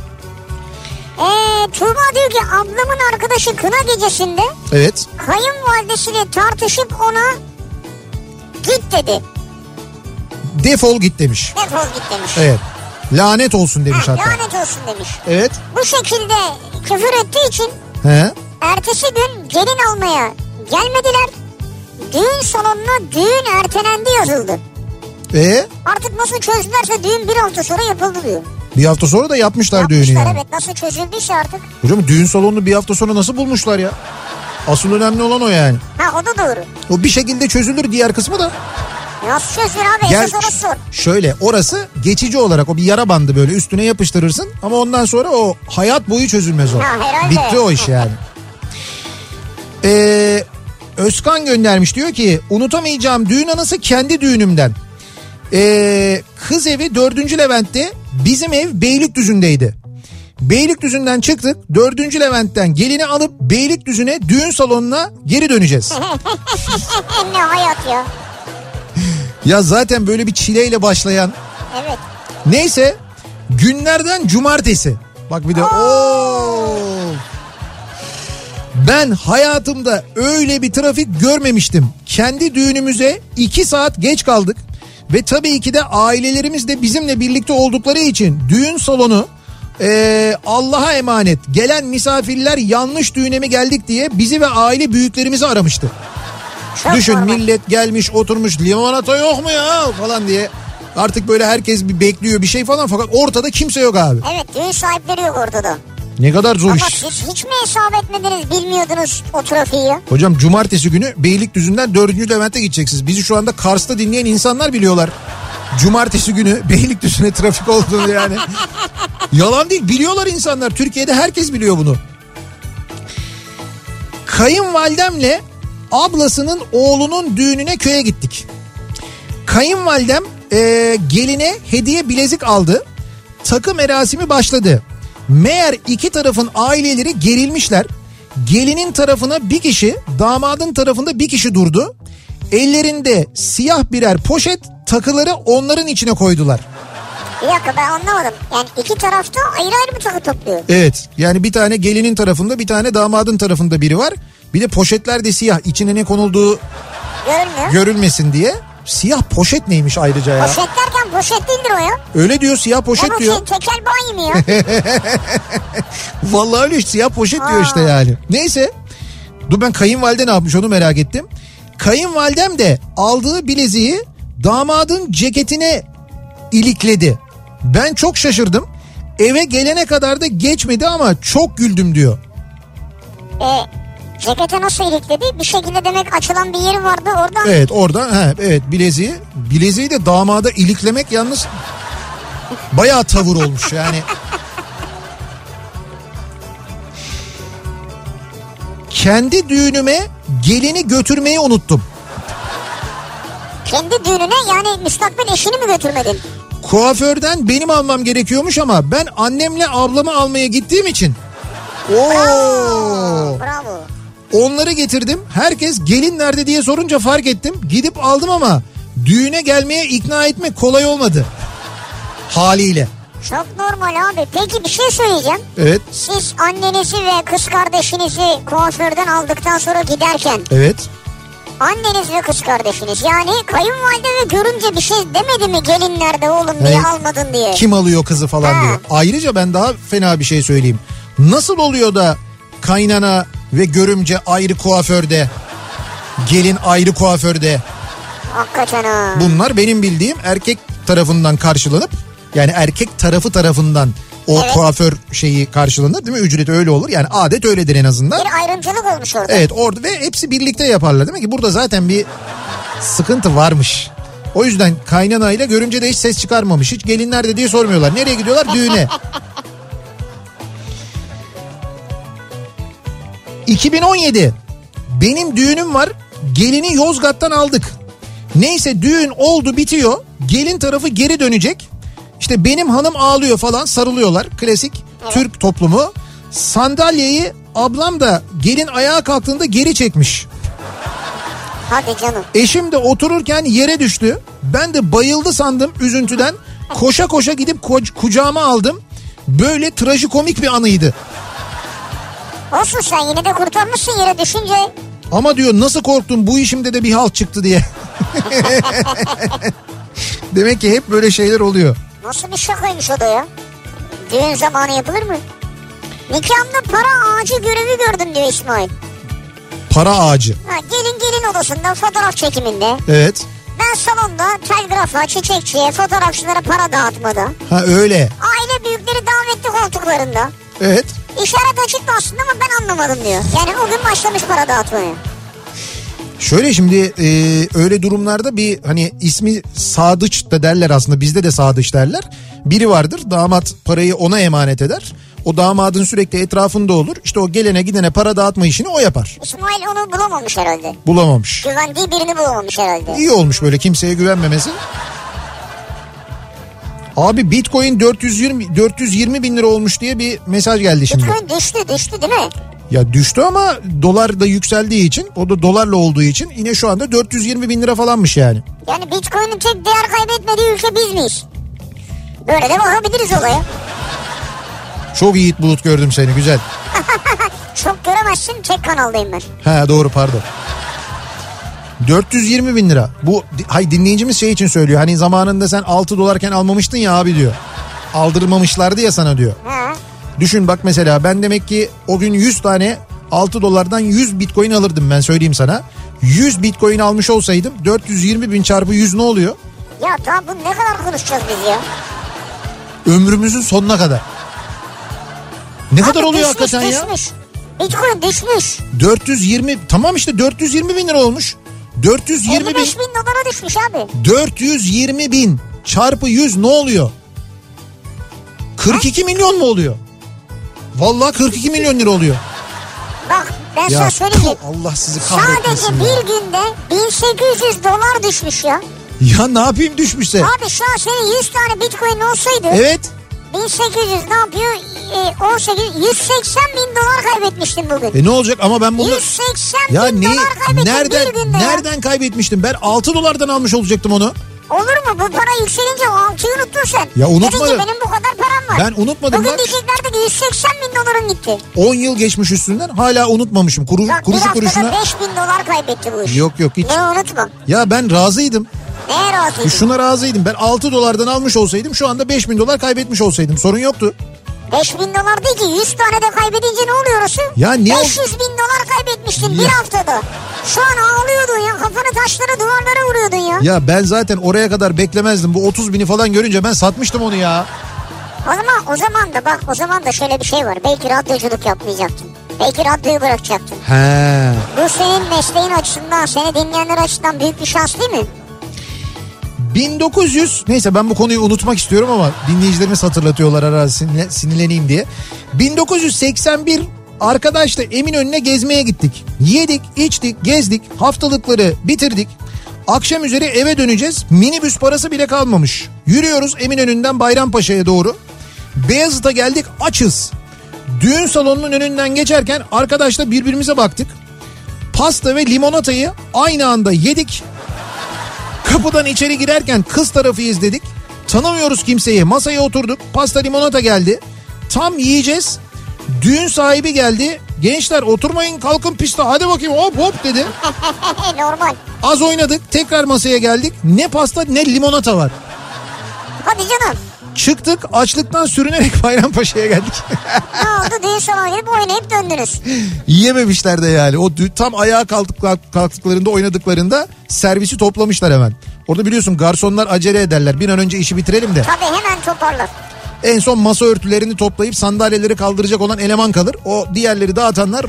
Tuğba diyor ki ablamın arkadaşı kına gecesinde kayınvalidesiyle tartışıp ona git dedi. Defol git demiş. Defol git demiş. Evet. Lanet olsun demiş hatta. Lanet olsun demiş. Evet. Bu şekilde küfür ettiği için ertesi gün gelin almaya gelmediler. Düğün salonuna düğün ertelendi yazıldı. Artık nasıl çözdülerse düğün bir hafta sonra yapıldı diyor. Bir hafta sonra da yapmışlar düğünü yani. Evet, nasıl çözüldüyse artık. Hocam düğün salonunu bir hafta sonra nasıl bulmuşlar ya? Asıl önemli olan o yani. O da doğru. O bir şekilde çözülür, diğer kısmı da. Nasıl çözülür abi? Esas orası sor. Şöyle, orası geçici olarak o bir yara bandı böyle üstüne yapıştırırsın ama ondan sonra o hayat boyu çözülmez o. Bitti o iş yani. Özkan göndermiş, diyor ki unutamayacağım düğün anısı kendi düğünümden. Kız evi 4. Levent'te, bizim ev Beylikdüzü'ndeydi. Beylikdüzü'nden çıktık, 4. Levent'ten gelini alıp Beylikdüzü'ne düğün salonuna geri döneceğiz. Ne hayat ya. Ya zaten böyle bir çileyle başlayan. Evet. Neyse, günlerden cumartesi. Bak bir de ben hayatımda öyle bir trafik görmemiştim. Kendi düğünümüze 2 saat geç kaldık. Ve tabii ki de ailelerimiz de bizimle birlikte oldukları için düğün salonu Allah'a emanet. Gelen misafirler yanlış düğüne mi geldik diye bizi ve aile büyüklerimizi aramıştı. Çok düşün normal. Millet gelmiş oturmuş, limonata yok mu ya falan diye. Artık böyle herkes bir bekliyor bir şey falan, fakat ortada kimse yok abi. Evet, düğün sahipleri yok ortada. Ne kadar zor iş. Ama siz hiç mi hesap etmediniz, bilmiyordunuz o trafiği ya? Hocam cumartesi günü Beylikdüzü'nden 4. Levent'e gideceksiniz. Bizi şu anda Kars'ta dinleyen insanlar biliyorlar. Cumartesi günü Beylikdüzü'ne trafik olduğunu yani. Yalan değil, biliyorlar insanlar. Türkiye'de herkes biliyor bunu. Kayınvalidemle ablasının oğlunun düğününe köye gittik. Kayınvalidem geline hediye bilezik aldı. Takı merasimi başladı. Meğer iki tarafın aileleri gerilmişler. Gelinin tarafına bir kişi, damadın tarafında bir kişi durdu. Ellerinde siyah birer poşet, takıları onların içine koydular. Bir dakika, ben anlamadım. Yani iki tarafta ayrı ayrı mı takı topluyor? Evet, yani bir tane gelinin tarafında, bir tane damadın tarafında biri var. Bir de poşetler de siyah, içine ne konulduğu görülmesin diye. Siyah poşet neymiş ayrıca ya? Poşet derken poşet değildir o ya. Öyle diyor, siyah poşet ya diyor. Bu tekel bayi mi ya? Vallahi öyle işte, siyah poşet diyor işte yani. Neyse, dur ben kayınvalide ne yapmış onu merak ettim. Kayınvalidem de aldığı bileziği damadın ceketine ilikledi. Ben çok şaşırdım. Eve gelene kadar da geçmedi ama çok güldüm diyor. Cekete nasıl ilikledi? Bir şekilde demek açılan bir yeri vardı oradan. Evet, oradan evet, bileziği de damada iliklemek yalnız bayağı tavır olmuş yani. Kendi düğünüme gelini götürmeyi unuttum. Kendi düğününe yani müstakbel eşini mi götürmedin? Kuaförden benim almam gerekiyormuş ama ben annemle ablamı almaya gittiğim için. Bravo. Onları getirdim. Herkes gelin nerede diye sorunca fark ettim. Gidip aldım ama düğüne gelmeye ikna etmek kolay olmadı. Haliyle. Çok normal abi. Peki bir şey söyleyeceğim. Evet. Siz annenizi ve kız kardeşinizi kuaförden aldıktan sonra giderken. Evet. Anneniz ve kız kardeşiniz yani kayınvalide ve görünce bir şey demedi mi, gelin nerede oğlum niye almadın diye. Kim alıyor kızı falan diye. Ayrıca ben daha fena bir şey söyleyeyim. Nasıl oluyor da kaynana ve görümce ayrı kuaförde, gelin ayrı kuaförde? Hakikaten ha. Bunlar benim bildiğim erkek tarafından karşılanıp, yani erkek tarafı tarafından o kuaför şeyi karşılanır değil mi? Ücreti öyle olur. Yani adet öyledir en azından. Bir ayrımcılık olmuş orada. Evet, orada ve hepsi birlikte yaparlar. Demek ki burada zaten bir sıkıntı varmış. O yüzden kaynanayla görümce de hiç ses çıkarmamış. Hiç gelin nerede diye sormuyorlar. Nereye gidiyorlar? Düğüne. 2017 benim düğünüm var. Gelini Yozgat'tan aldık. Neyse düğün oldu, bitiyor. Gelin tarafı geri dönecek. İşte benim hanım ağlıyor falan, sarılıyorlar. Klasik Türk toplumu. Sandalyeyi ablam da gelin ayağa kalktığında geri çekmiş. Hadi canım. Eşim de otururken yere düştü. Ben de bayıldı sandım üzüntüden. Koşa koşa gidip kucağıma aldım. Böyle trajikomik bir anıydı. Olsun, sen yine de kurtarmışsın yere düşünce. Ama diyor nasıl korktum, bu işimde de bir halt çıktı diye. Demek ki hep böyle şeyler oluyor. Nasıl bir şakaymış o da ya? Düğün zamanı yapılır mı? Nikahımda para ağacı görevi gördüm diyor İsmail. Para ağacı. Ha, gelin odasında fotoğraf çekiminde. Evet. Ben salonda telgrafa, çiçekçiye, fotoğrafçılara para dağıtmada. Ha öyle. Aile büyükleri davetli koltuklarında. Evet. İşaret açıktı aslında ama ben anlamadım diyor. Yani o gün başlamış para dağıtmaya. Şöyle şimdi öyle durumlarda bir hani ismi Sadıç da derler aslında, bizde de Sadıç derler. Biri vardır, damat parayı ona emanet eder. O damadın sürekli etrafında olur. İşte o gelene gidene para dağıtma işini o yapar. İsmail onu bulamamış herhalde. Bulamamış. Güvendiği birini bulamamış herhalde. İyi olmuş böyle kimseye güvenmemesi. Abi Bitcoin 420 bin lira olmuş diye bir mesaj geldi şimdi. Bitcoin düştü değil mi? Ya düştü ama dolar da yükseldiği için, o da dolarla olduğu için yine şu anda 420 bin lira falanmış yani. Yani Bitcoin'in tek değer kaybetmediği ülke biz miyiz? Böyle de bakabiliriz olaya. Çok Yiğit Bulut gördüm seni, güzel. Çok göremezsin, tek kanaldayım ben. He doğru, pardon. 420 bin lira. Bu dinleyicimiz şey için söylüyor. Hani zamanında sen 6 dolarken almamıştın ya abi diyor. Aldırmamışlardı ya sana diyor. He. Düşün bak mesela, ben demek ki o gün 100 tane 6 dolardan 100 bitcoin alırdım, ben söyleyeyim sana. 100 bitcoin almış olsaydım 420 bin çarpı 100 ne oluyor? Ya daha bu ne kadar konuşacağız biz ya? Ömrümüzün sonuna kadar. Ne abi kadar oluyor hakikaten ya? Bitcoin düşmüş. 420, tamam işte 420 bin lira olmuş. 420 bin dolara düşmüş abi. 420 bin çarpı 100 ne oluyor? 42 milyon mu oluyor? Vallahi 42 milyon lira oluyor. Bak ben sana söyleyeyim. Allah sizi kahretmesin. Sadece bir günde 1800 dolar düşmüş ya. Ya ne yapayım düşmüşse? Abi şu an senin 100 tane bitcoin olsaydı. Evet. 1800 ne yapıyor? 180 bin dolar kaybetmiştim bugün. Ne olacak ama ben bunu... 180 bin dolar kaybettim nereden kaybetmiştim? Ben 6 dolardan almış olacaktım onu. Olur mu? Bu para yükselince o 6'yı unuttun sen. Ya unutmadım. Dedin ki benim bu kadar param var. Ben unutmadım. Bugün diyeceklerdi ki 180 bin doların gitti. 10 yıl geçmiş üstünden, hala unutmamışım. Bak, kuruşu kuruşuna. 5 bin dolar kaybetti bu iş. Yok hiç. Ne unutma. Ya ben razıydım. Neye razıydın? Şuna razıydım. Ben 6 dolardan almış olsaydım şu anda 5 bin dolar kaybetmiş olsaydım. Sorun yoktu. 5 bin dolar değil ki, 100 tane de kaybedince ne oluyor orası? Ya niye? 500 bin dolar kaybetmiştin bir haftada. Şu an ağlıyordun ya, kafanı taşlara duvarlara vuruyordun ya. Ya ben zaten oraya kadar beklemezdim. Bu 30 bini falan görünce ben satmıştım onu ya. O zaman da şöyle bir şey var. Belki radyoculuk yapmayacaktın. Belki radyoyu bırakacaktın. He. Bu senin mesleğin açısından, seni dinleyenler açısından büyük bir şans değil mi? 1900, neyse ben bu konuyu unutmak istiyorum ama dinleyicilerimiz hatırlatıyorlar ara sinirleneyim diye. 1981 arkadaşla Eminönü'ne gezmeye gittik. Yedik, içtik, gezdik, haftalıkları bitirdik. Akşam üzeri eve döneceğiz. Minibüs parası bile kalmamış. Yürüyoruz Eminönü'nden Bayrampaşa'ya doğru. Beyazıt'a geldik, açız. Düğün salonunun önünden geçerken arkadaşla birbirimize baktık. Pasta ve limonatayı aynı anda yedik. Kapıdan içeri girerken kız tarafıyız dedik. Tanımıyoruz kimseyi. Masaya oturduk. Pasta limonata geldi. Tam yiyeceğiz. Düğün sahibi geldi. Gençler oturmayın, kalkın piste, hadi bakayım, hop hop dedi. Normal. Az oynadık. Tekrar masaya geldik. Ne pasta ne limonata var. Hadi canım. Çıktık, açlıktan sürünerek Bayrampaşa'ya geldik. Ne oldu? Düğün salonuna girip oynayıp döndünüz. Yiyememişler de yani. O tam ayağa kalktıklarında, oynadıklarında servisi toplamışlar hemen. Orada biliyorsun garsonlar acele ederler. Bir an önce işi bitirelim de. Tabii hemen toparlar. En son masa örtülerini toplayıp sandalyeleri kaldıracak olan eleman kalır. O diğerleri dağıtanlar...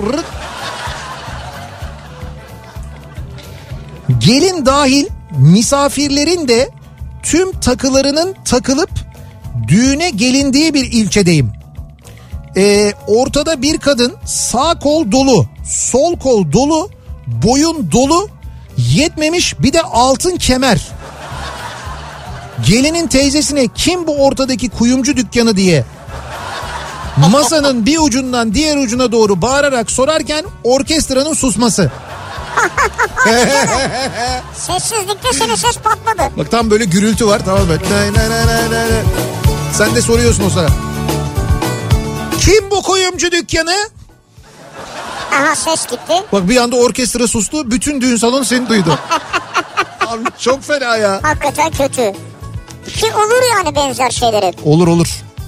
Gelin dahil misafirlerin de tüm takılarının takılıp düğüne gelindiği bir ilçedeyim. Ortada bir kadın, sağ kol dolu, sol kol dolu, boyun dolu, yetmemiş bir de altın kemer. Gelinin teyzesine kim bu ortadaki kuyumcu dükkanı diye masanın bir ucundan diğer ucuna doğru bağırarak sorarken orkestranın susması. Sessizlikte senin ses patladı. Bak tam böyle gürültü var, tamam mı? Sen de soruyorsun o sıra. Kim bu kuyumcu dükkanı? Aha, ses gitti. Bak bir anda orkestra sustu, bütün düğün salonu seni duydu. Abi çok fena ya. Hakikaten kötü. Ki olur yani benzer şeyler hep. Olur.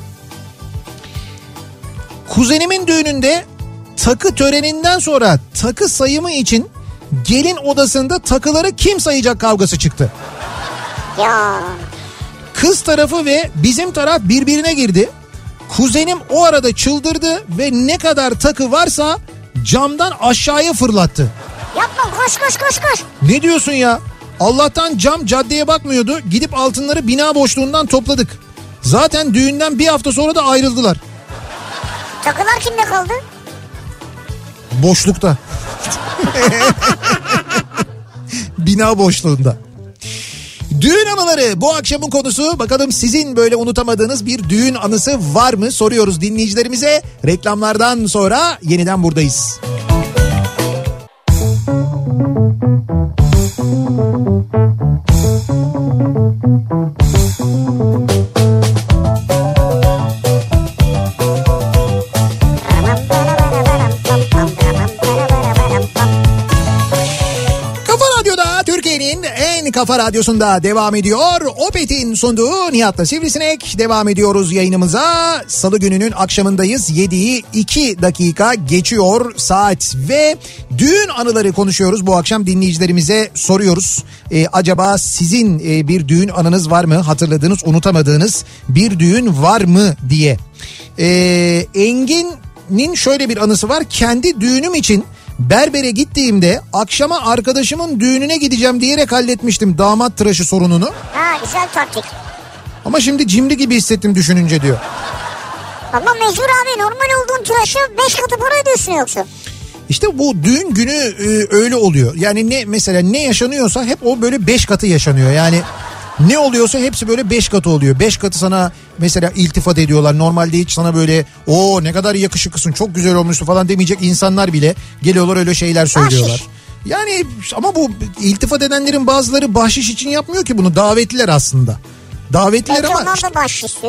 Kuzenimin düğününde takı töreninden sonra takı sayımı için gelin odasında takıları kim sayacak kavgası çıktı. Ya. Kız tarafı ve bizim taraf birbirine girdi. Kuzenim o arada çıldırdı ve ne kadar takı varsa camdan aşağıya fırlattı. Yapma, koş. Ne diyorsun ya? Allah'tan cam caddeye bakmıyordu. Gidip altınları bina boşluğundan topladık. Zaten düğünden bir hafta sonra da ayrıldılar. Takılar kimde kaldı? Boşlukta. Bina boşluğunda. Düğün anıları bu akşamın konusu. Bakalım sizin böyle unutamadığınız bir düğün anısı var mı? Soruyoruz dinleyicilerimize. Reklamlardan sonra yeniden buradayız. Kafa Radyosu'nda devam ediyor. Opet'in sunduğu Nihat'la Sivrisinek. Devam ediyoruz yayınımıza. Salı gününün akşamındayız. 7'yi 2 dakika geçiyor saat ve düğün anıları konuşuyoruz. Bu akşam dinleyicilerimize soruyoruz. Acaba sizin bir düğün anınız var mı? Hatırladığınız, unutamadığınız bir düğün var mı diye. Engin'in şöyle bir anısı var. Kendi düğünüm için berbere gittiğimde akşama arkadaşımın düğününe gideceğim diyerek halletmiştim damat tıraşı sorununu. Ha, güzel taktik. Ama şimdi cimri gibi hissettim düşününce diyor. Ama mecbur abi, normal olduğun tıraşı 5 katı para ödüyorsun yoksa. İşte bu düğün günü öyle oluyor. Yani mesela ne yaşanıyorsa hep o böyle 5 katı yaşanıyor. Yani ne oluyorsa hepsi böyle 5 katı oluyor. 5 katı sana mesela iltifat ediyorlar. Normalde hiç sana böyle o ne kadar yakışıklısın, çok güzel olmuşsun falan demeyecek insanlar bile geliyorlar, öyle şeyler söylüyorlar. Bahşiş. Yani ama bu iltifat edenlerin bazıları bahşiş için yapmıyor ki bunu. Davetliler aslında. Davetliler belki ama. Onlar da bahşiş istiyor.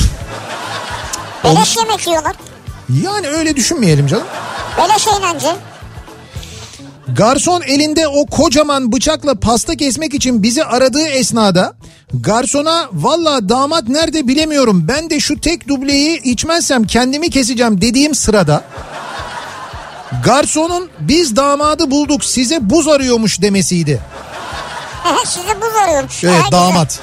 Beleş yemek yiyorlar. Yani öyle düşünmeyelim canım. Beleş eğlence. Garson elinde o kocaman bıçakla pasta kesmek için bizi aradığı esnada garsona "Valla damat nerede bilemiyorum, ben de şu tek dubleyi içmezsem kendimi keseceğim" dediğim sırada garsonun "Biz damadı bulduk, size buz arıyormuş" demesiydi. Size buz arıyormuş. Evet, damat.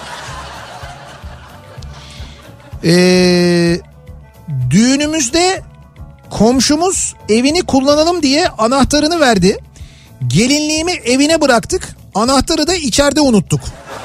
Düğünümüzde komşumuz evini kullanalım diye anahtarını verdi. Gelinliğimi evine bıraktık. Anahtarı da içeride unuttuk.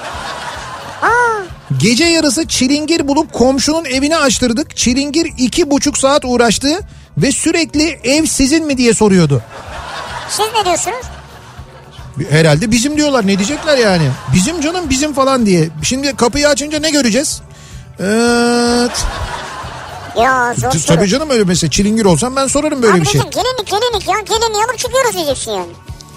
Gece yarısı çilingir bulup komşunun evini açtırdık. Çilingir 2,5 saat uğraştı ve sürekli "Ev sizin mi?" diye soruyordu. Siz ne diyorsunuz? Herhalde bizim diyorlar, ne diyecekler yani. Bizim canım, bizim falan diye. Şimdi kapıyı açınca ne göreceğiz? Evet. Ya zor. Tabii canım, öyle mesela çilingir olsam ben sorarım böyle abi bir şey. Gelinlik ya, gelinliği alıp çıkıyoruz diyeceksin yani.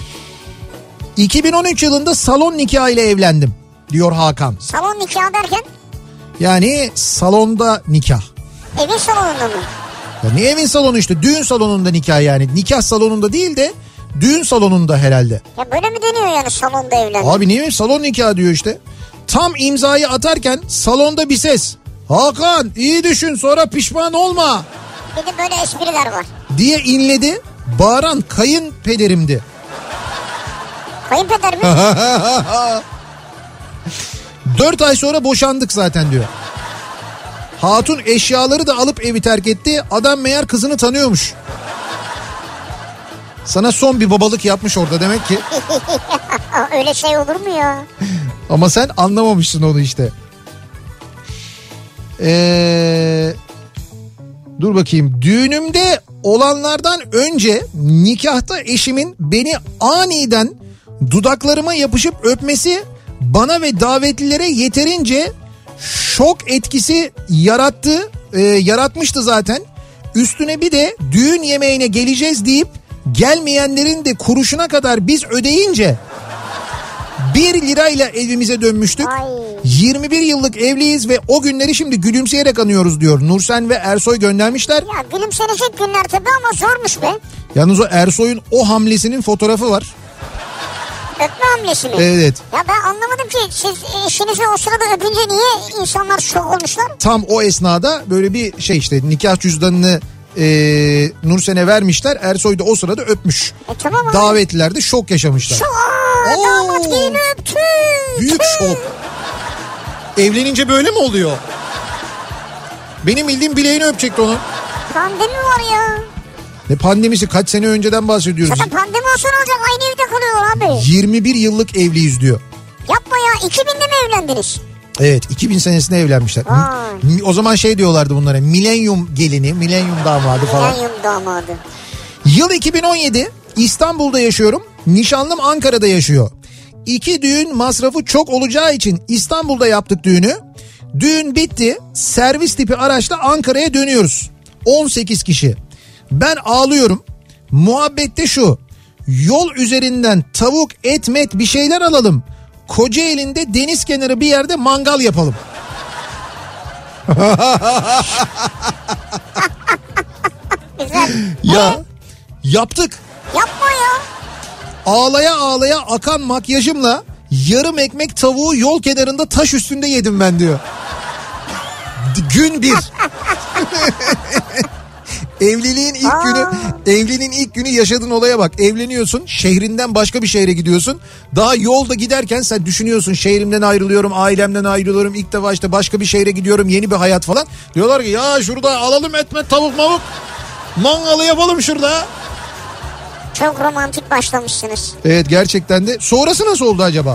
2013 yılında salon nikahıyla evlendim diyor Hakan. Salon nikahı derken? Yani salonda nikah. Evin salonunda mı? Ya ne evin salonu, işte düğün salonunda nikah yani. Nikah salonunda değil de düğün salonunda herhalde. Ya böyle mi deniyor yani, salonda evlendim? Abi niye salon nikahı diyor işte. Tam imzayı atarken salonda bir ses: "Hakan iyi düşün, sonra pişman olma." Bir de böyle espriler var. Diye inledi. Bağıran kayınpederimdi. Kayınpeder mi? 4 ay sonra boşandık zaten diyor. Hatun eşyaları da alıp evi terk etti. Adam meğer kızını tanıyormuş. Sana son bir babalık yapmış orada demek ki. Öyle şey olur mu ya? Ama sen anlamamışsın onu işte. Dur bakayım. Düğünümde olanlardan önce nikahta eşimin beni aniden dudaklarıma yapışıp öpmesi bana ve davetlilere yeterince şok etkisi yaratmıştı zaten. Üstüne bir de düğün yemeğine geleceğiz deyip gelmeyenlerin de kuruşuna kadar biz ödeyince 1 lirayla evimize dönmüştük. Ay. 21 yıllık evliyiz ve o günleri şimdi gülümseyerek anıyoruz diyor. Nursen ve Ersoy göndermişler. Ya gülümsenecek günler tabii ama zormuş be. Yalnız o Ersoy'un o hamlesinin fotoğrafı var. Öpme hamlesi mi? Evet. Ya ben anlamadım ki siz eşinizi o sırada öpünce niye insanlar şok olmuşlar? Tam o esnada böyle bir şey işte nikah cüzdanını Nursen'e vermişler. Ersoy da o sırada öpmüş. Tamam abi. Davetliler de şok yaşamışlar. Damat gelini öptü. Büyük şok. Evlenince böyle mi oluyor? Benim bildiğim bileğini öpecekti onun. Pandemi var ya. Ne pandemisi, kaç sene önceden bahsediyoruz. Zaten pandemi olsa ne olacak, aynı evde kalıyorlar abi. 21 yıllık evliyiz diyor. Yapma ya, 2000'de mi evlendiniz? Evet, 2000 senesinde evlenmişler. O zaman şey diyorlardı bunlara, milenyum gelini, milenyum damadı falan. Milenyum damadı. Yıl 2017, İstanbul'da yaşıyorum. Nişanlım Ankara'da yaşıyor. 2 düğün masrafı çok olacağı için İstanbul'da yaptık düğünü. Düğün bitti, servis tipi araçla Ankara'ya dönüyoruz. 18 kişi. Ben ağlıyorum. Muhabbette şu: yol üzerinden tavuk, et, met bir şeyler alalım. Kocaeli'nde deniz kenarı bir yerde mangal yapalım. Güzel. Ya yaptık. Yapma ya. Ağlaya ağlaya akan makyajımla yarım ekmek tavuğu yol kenarında taş üstünde yedim ben diyor. Gün 1. Evliliğin ilk günü yaşadığın olaya bak. Evleniyorsun, şehrinden başka bir şehre gidiyorsun. Daha yolda giderken sen düşünüyorsun, şehrimden ayrılıyorum, ailemden ayrılıyorum. İlk defa işte başka bir şehre gidiyorum, yeni bir hayat falan. Diyorlar ki ya şurada alalım etmet tavuk mavuk. Mangalı yapalım şurada. Çok romantik başlamışsınız. Evet, gerçekten de. Sonrası nasıl oldu acaba?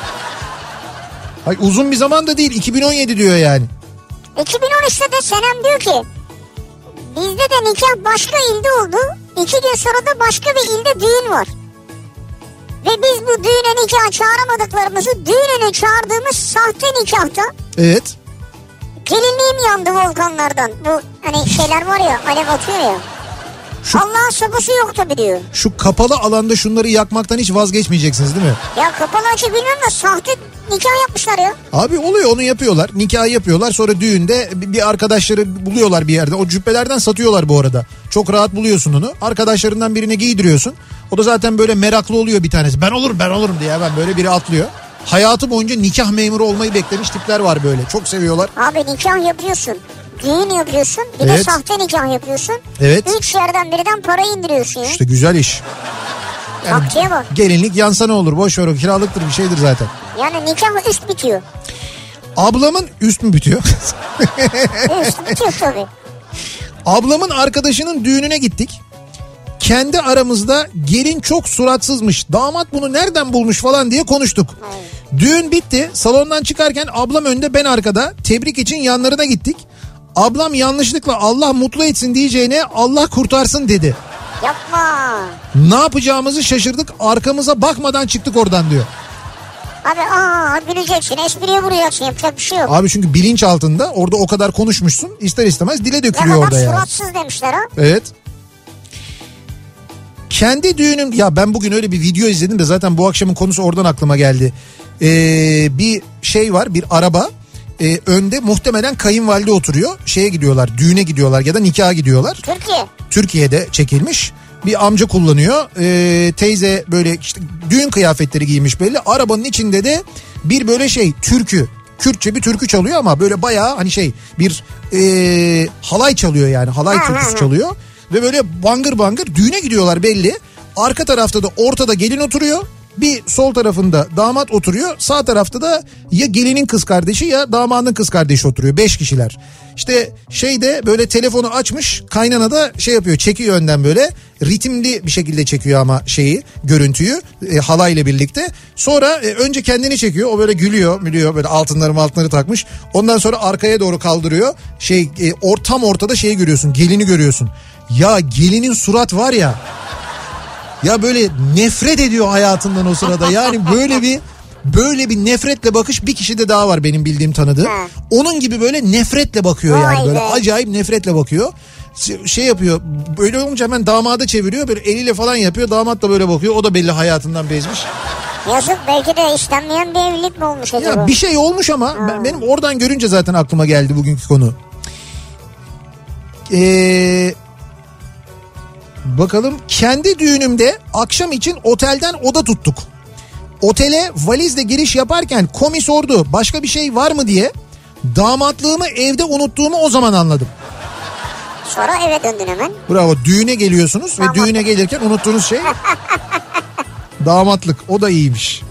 Hayır, uzun bir zaman da değil, 2017 diyor yani. 2013'te de Senem diyor ki bizde de nikah başka ilde oldu. 2 gün sonra da başka bir ilde düğün var. Ve biz bu düğüne nikah çağıramadıklarımızı düğününe çağırdığımız sahte nikahta. Evet. Gelinliğim yandı volkanlardan. Bu hani şeyler var ya, alev atıyor ya. Allah'ın sabısı yok tabii diyor. Şu kapalı alanda şunları yakmaktan hiç vazgeçmeyeceksiniz değil mi? Ya kapalı açı bilmem de sahte nikah yapmışlar ya. Abi oluyor, onu yapıyorlar. Nikah yapıyorlar, sonra düğünde bir arkadaşları buluyorlar bir yerde. O cübbelerden satıyorlar bu arada. Çok rahat buluyorsun onu. Arkadaşlarından birine giydiriyorsun. O da zaten böyle meraklı oluyor bir tanesi. Ben olurum diye hemen böyle biri atlıyor. Hayatı boyunca nikah memuru olmayı beklemiş tipler var böyle. Çok seviyorlar. Abi nikah yapıyorsun. Düğün yapıyorsun. Bir de sahte nikah yapıyorsun. Evet. 3 yerden birden para indiriyorsun ya. İşte güzel iş. Yani taktiğe bak. Gelinlik yansa ne olur, boş ver, o kiralıktır, bir şeydir zaten. Yani nikah üst bitiyor. Ablamın üst mü bitiyor? Üst bitiyor tabii. Ablamın arkadaşının düğününe gittik. Kendi aramızda gelin çok suratsızmış, damat bunu nereden bulmuş falan diye konuştuk. Düğün bitti, salondan çıkarken ablam önde, ben arkada, tebrik için yanlarına gittik. Ablam yanlışlıkla Allah mutlu etsin diyeceğine Allah kurtarsın dedi. Yapma. Ne yapacağımızı şaşırdık, arkamıza bakmadan çıktık oradan diyor. Abi güleceksin, espriye vuracaksın, yapacak bir şey yok. Abi çünkü bilinç altında orada o kadar konuşmuşsun, ister istemez dile dökülüyor orada yani. Ne kadar suratsız demişler ha. Evet. Kendi düğünüm, ya ben bugün öyle bir video izledim de zaten bu akşamın konusu oradan aklıma geldi. Bir şey var, bir araba, önde muhtemelen kayınvalide oturuyor, şeye gidiyorlar, düğüne gidiyorlar ya da nikaha gidiyorlar. Türkiye'de çekilmiş. Bir amca kullanıyor, teyze böyle işte düğün kıyafetleri giymiş belli. Arabanın içinde de bir böyle şey türkü, Kürtçe bir türkü çalıyor ama böyle bayağı hani şey bir halay çalıyor yani, halay türküsü çalıyor. Ve böyle bangır bangır düğüne gidiyorlar belli. Arka tarafta da ortada gelin oturuyor. Bir sol tarafında damat oturuyor. Sağ tarafta da ya gelinin kız kardeşi ya damadın kız kardeşi oturuyor. 5 kişiler. İşte şeyde böyle telefonu açmış. Kaynana da şey yapıyor, çekiyor önden böyle. Ritimli bir şekilde çekiyor ama şeyi, görüntüyü halayla birlikte. Sonra önce kendini çekiyor. O böyle gülüyor böyle altınları takmış. Ondan sonra arkaya doğru kaldırıyor. Tam ortada şeyi görüyorsun, gelini görüyorsun. Ya gelinin surat var ya. Ya böyle nefret ediyor hayatından o sırada. Yani böyle bir nefretle bakış bir kişide daha var benim bildiğim, tanıdığım. Onun gibi böyle nefretle bakıyor yani. Böyle acayip nefretle bakıyor. Şey yapıyor. Böyle olunca hemen damada çeviriyor. Böyle eliyle falan yapıyor. Damat da böyle bakıyor. O da belli hayatından bezmiş. Yazık, belki de istenmeyen bir evlilik mi olmuş acaba? Ya bir şey olmuş ama benim oradan görünce zaten aklıma geldi bugünkü konu. Bakalım, kendi düğünümde akşam için otelden oda tuttuk. Otele valizle giriş yaparken komi sordu başka bir şey var mı diye. Damatlığımı evde unuttuğumu o zaman anladım. Sonra eve döndün hemen. Bravo, düğüne geliyorsunuz ve düğüne gelirken unuttuğunuz şey damatlık, o da iyiymiş.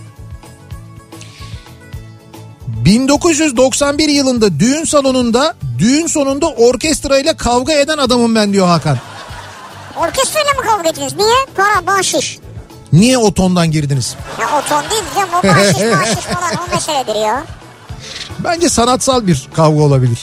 1991 yılında düğün sonunda orkestrayla kavga eden adamım ben diyor Hakan. Orkestrayla mı kavga ettiniz? Niye? Para, bahşiş. Niye o tondan girdiniz? Ya o ton değil canım, o bahşiş falan o meseledir ya. Bence sanatsal bir kavga olabilir.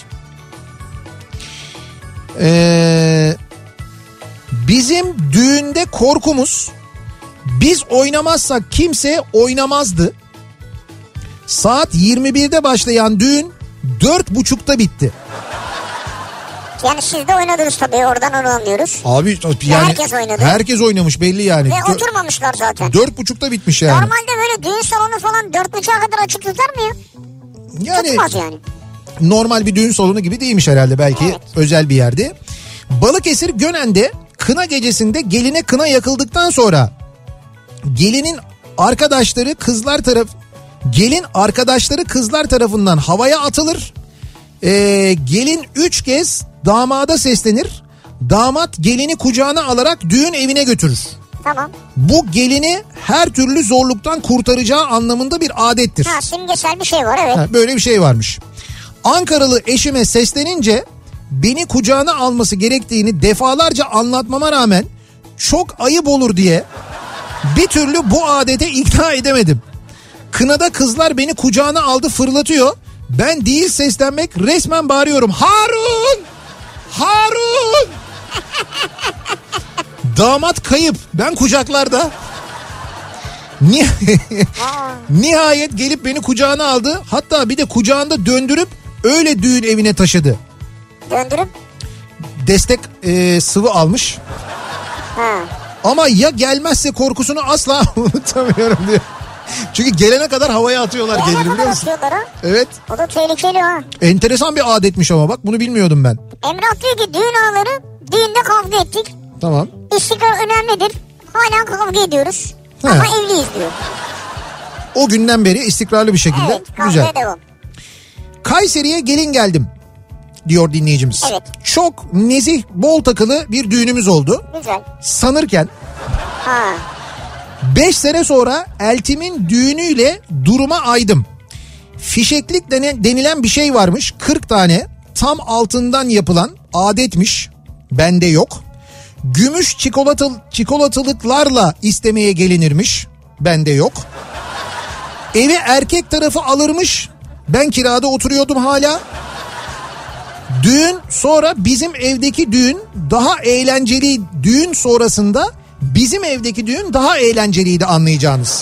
Bizim düğünde korkumuz, biz oynamazsak kimse oynamazdı. Saat 21'de başlayan düğün 4.30'da bitti. Yani siz de oynadınız tabii, oradan onu anlıyoruz. Abi yani herkes oynadı. Herkes oynamış belli yani. Ve oturmamışlar zaten. 4.30'da bitmiş yani. Normalde böyle düğün salonu falan 4.30'a kadar açık tutar mı ya? Yani tutmaz yani. Normal bir düğün salonu gibi değilmiş herhalde, belki evet. Özel bir yerde. Balıkesir Gönen'de kına gecesinde geline kına yakıldıktan sonra gelin arkadaşları kızlar tarafından havaya atılır. Gelin 3 kez damada seslenir. Damat gelini kucağına alarak düğün evine götürür. Tamam. Bu gelini her türlü zorluktan kurtaracağı anlamında bir adettir. Ha, simgesel bir şey var, evet. Böyle bir şey varmış. Ankaralı eşime seslenince beni kucağına alması gerektiğini defalarca anlatmama rağmen çok ayıp olur diye bir türlü bu adete ikna edemedim. Kınada kızlar beni kucağına aldı, fırlatıyor. Ben değil seslenmek, resmen bağırıyorum. Harun! Harun! Damat kayıp. Ben kucaklarda. Nihayet gelip beni kucağına aldı. Hatta bir de kucağında döndürüp öyle düğün evine taşıdı. Döndürüp? Destek sıvı almış. Ha. Ama ya gelmezse korkusunu asla unutamıyorum diyor. Çünkü gelene kadar havaya atıyorlar gelini, biliyor musun? Evet. O da tehlikeli ha. Enteresan bir adetmiş ama bak, bunu bilmiyordum ben. Emrah diyor ki düğün ağları, düğünde kavga ettik. Tamam. İstikrar önemlidir. Hala kavga ediyoruz. Ama evliyiz diyor. O günden beri istikrarlı bir şekilde. Evet, güzel. Devam. Kayseri'ye gelin geldim diyor dinleyicimiz. Evet. Çok nezih, bol takılı bir düğünümüz oldu. Güzel. Sanırken 5 sene sonra eltimin düğünüyle duruma aydım. Fişeklik denilen bir şey varmış. 40 tane tam altından yapılan adetmiş. Bende yok. Gümüş çikolatalıklarla istemeye gelinirmiş. Bende yok. Evi erkek tarafı alırmış. Ben kirada oturuyordum hala. Düğün sonra bizim evdeki düğün daha eğlenceli. Düğün sonrasında bizim evdeki düğün daha eğlenceliydi, anlayacağınız.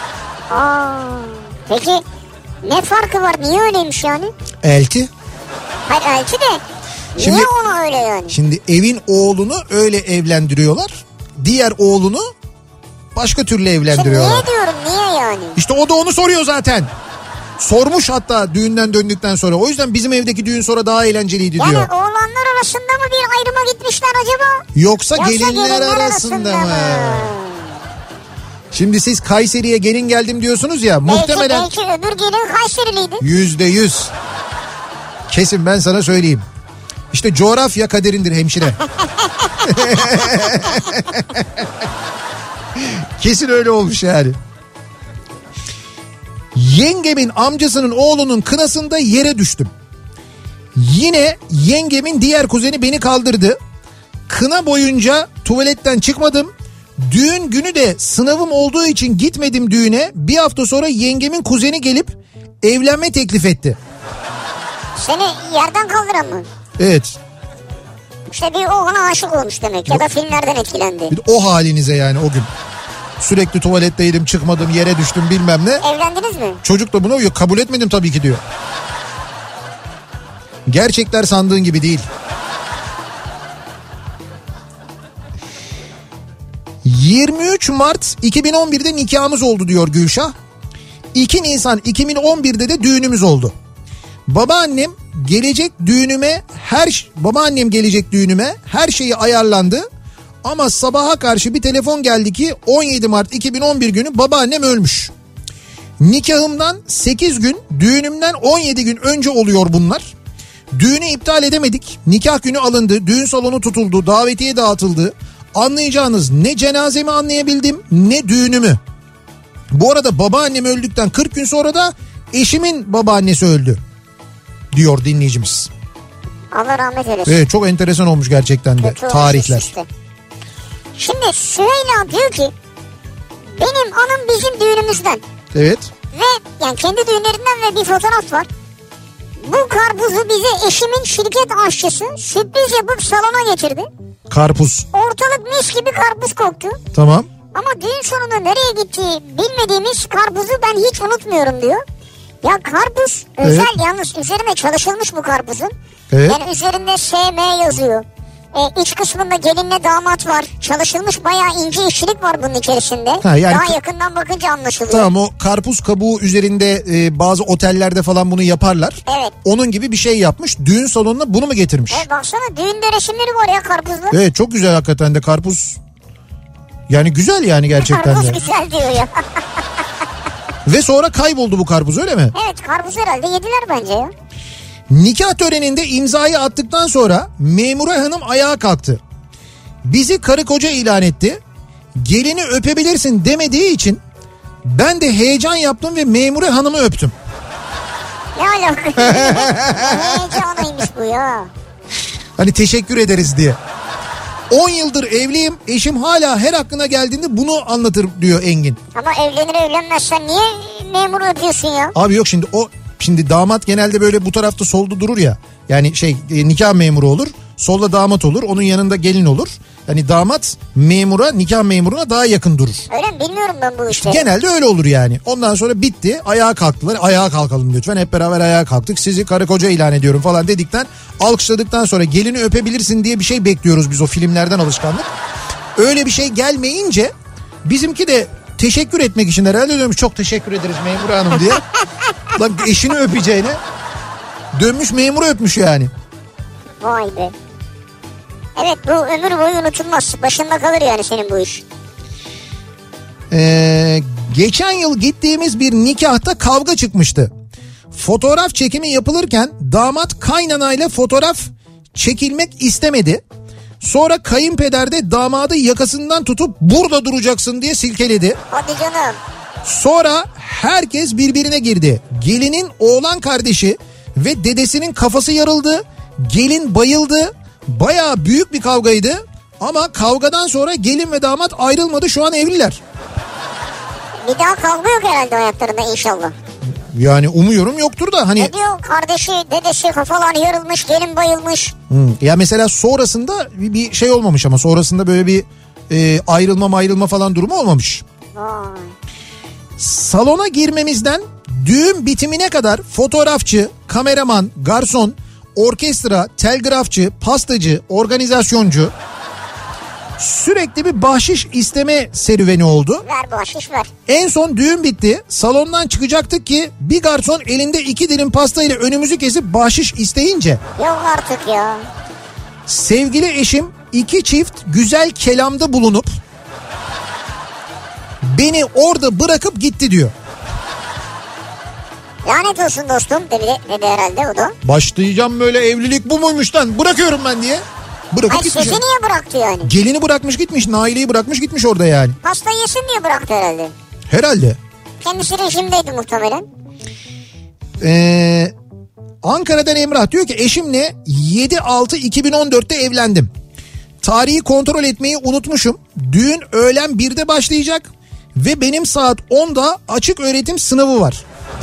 Peki ne farkı var? Niye öyleymiş yani? Elti. Hayır, elti de şimdi, niye onu öyle yani? Şimdi evin oğlunu öyle evlendiriyorlar. Diğer oğlunu başka türlü evlendiriyorlar. Niye diyorum, niye yani? İşte o da onu soruyor zaten. Sormuş hatta düğünden döndükten sonra. O yüzden bizim evdeki düğün sonra daha eğlenceliydi diyor. Yani oğlanlar arasında mı bir ayrıma gitmişler acaba? Yoksa gelinler arasında mı? Şimdi siz Kayseri'ye gelin geldim diyorsunuz ya. Muhtemelen. Belki öbür gelin Kayseriliydi. %100. Kesin, ben sana söyleyeyim. İşte coğrafya kaderindir hemşire. Kesin öyle olmuş yani. Yengemin amcasının oğlunun kınasında yere düştüm. Yine yengemin diğer kuzeni beni kaldırdı. Kına boyunca tuvaletten çıkmadım. Düğün günü de sınavım olduğu için gitmedim düğüne. Bir hafta sonra yengemin kuzeni gelip evlenme teklif etti. Seni yerden kaldıran mı? Evet. İşte bir o ona aşık olmuş demek ya da filmlerden etkilendi. Bir de o halinize yani o gün. Sürekli tuvaletteydim, çıkmadım, yere düştüm bilmem ne. Evlendiniz mi? Çocuk da bunu kabul etmedim tabii ki diyor. Gerçekler sandığın gibi değil. 23 Mart 2011'de nikahımız oldu diyor Gülşah. 2 Nisan 2011'de de düğünümüz oldu. Babaannem gelecek düğünüme her şeyi ayarlandı. Ama sabaha karşı bir telefon geldi ki 17 Mart 2011 günü babaannem ölmüş. Nikahımdan 8 gün, düğünümden 17 gün önce oluyor bunlar. Düğünü iptal edemedik. Nikah günü alındı, düğün salonu tutuldu, davetiye dağıtıldı. Anlayacağınız ne cenazemi anlayabildim ne düğünümü. Bu arada babaannem öldükten 40 gün sonra da eşimin babaannesi öldü diyor dinleyicimiz. Allah rahmet eylesin. Evet, çok enteresan olmuş gerçekten de tarihler. Işte. Şimdi Süheyla diyor ki benim anım bizim düğünümüzden. Evet. Ve yani kendi düğünlerinden ve bir fotoğraf var. Bu karpuzu bize eşimin şirket aşçısı sürpriz yapıp salona getirdi. Karpuz. Ortalık mis gibi karpuz koktu. Tamam. Ama düğün sonunda nereye gittiği bilmediğimiz karpuzu ben hiç unutmuyorum diyor. Ya karpuz özel, evet. Yalnız üzerine çalışılmış bu karpuzun. Evet. Yani üzerinde SM yazıyor. İç kısmında gelinle damat var. Çalışılmış, bayağı ince işçilik var bunun içerisinde. Yani daha yakından bakınca anlaşılıyor. Tamam, o karpuz kabuğu üzerinde bazı otellerde falan bunu yaparlar. Evet. Onun gibi bir şey yapmış. Düğün salonuna bunu mu getirmiş? Evet, baksana düğünde resimleri var ya karpuzlu. Evet, çok güzel hakikaten de karpuz. Yani güzel yani gerçekten karpuz de. Karpuz güzel diyor ya. Ve sonra kayboldu bu karpuz, öyle mi? Evet, karpuz herhalde yediler bence ya. Nikah töreninde imzayı attıktan sonra Memure Hanım ayağa kalktı. Bizi karı koca ilan etti. Gelini öpebilirsin demediği için ben de heyecan yaptım ve Memure Hanım'ı öptüm. Ne alaka? Heyecanıymış bu ya. Hani teşekkür ederiz diye. 10 yıldır evliyim, eşim hala her aklına geldiğinde bunu anlatır diyor Engin. Ama evlenir evlenmezsen niye memuru öpüyorsun ya? Abi yok, şimdi damat genelde böyle bu tarafta solda durur ya. Yani nikah memuru olur. Solda damat olur. Onun yanında gelin olur. Yani damat nikah memuruna daha yakın durur. Öyle mi? Bilmiyorum ben bu işleri. Genelde öyle olur yani. Ondan sonra bitti. Ayağa kalktılar. Ayağa kalkalım lütfen. Hep beraber ayağa kalktık. Sizi karı koca ilan ediyorum falan dedikten, alkışladıktan sonra gelini öpebilirsin diye bir şey bekliyoruz biz, o filmlerden alışkanlık. Öyle bir şey gelmeyince bizimki de teşekkür etmek için herhalde diyormuş, çok teşekkür ederiz memur hanım diye. Lan eşini öpeceğine dönmüş memuru öpmüş yani. Vay be. Evet, bu ömür boyu unutulmaz. Başında kalır yani senin bu iş. Geçen yıl gittiğimiz bir nikahta kavga çıkmıştı. Fotoğraf çekimi yapılırken damat kaynanayla fotoğraf çekilmek istemedi. Sonra kayınpeder de damadı yakasından tutup burada duracaksın diye silkeledi. Hadi canım. Sonra herkes birbirine girdi. Gelinin oğlan kardeşi ve dedesinin kafası yarıldı. Gelin bayıldı. Bayağı büyük bir kavgaydı. Ama kavgadan sonra gelin ve damat ayrılmadı. Şu an evliler. Bir daha kavga yok herhalde hayatlarında inşallah. Yani umuyorum yoktur da hani. Ne diyor, kardeşi dedesi kafalar yarılmış, gelin bayılmış. Ya mesela sonrasında bir şey olmamış, ama sonrasında böyle bir ayrılma falan durumu olmamış. Vay. Salona girmemizden düğün bitimine kadar fotoğrafçı, kameraman, garson, orkestra, telgrafçı, pastacı, organizasyoncu, sürekli bir bahşiş isteme serüveni oldu. Ver bahşiş ver. En son düğün bitti. Salondan çıkacaktık ki bir garson elinde 2 dilim pasta ile önümüzü kesip bahşiş isteyince. Yok artık ya. Sevgili eşim 2 çift güzel kelamda bulunup beni orada bırakıp gitti diyor. Lanet olsun dostum dedi herhalde o da. Başlayacağım böyle, evlilik bu muymuş lan, bırakıyorum ben diye. Bırakıp gitmiş. Sizi niye bıraktı yani? Gelini bırakmış gitmiş, Naile'yi bırakmış gitmiş orada yani. Pasta yesin diye bıraktı herhalde. Herhalde. Kendisi rejimdeydi muhtemelen. Ankara'dan Emrah diyor ki eşimle 7/6/2014'te evlendim. Tarihi kontrol etmeyi unutmuşum. Düğün öğlen 1'de başlayacak ve benim saat 10'da açık öğretim sınavı var.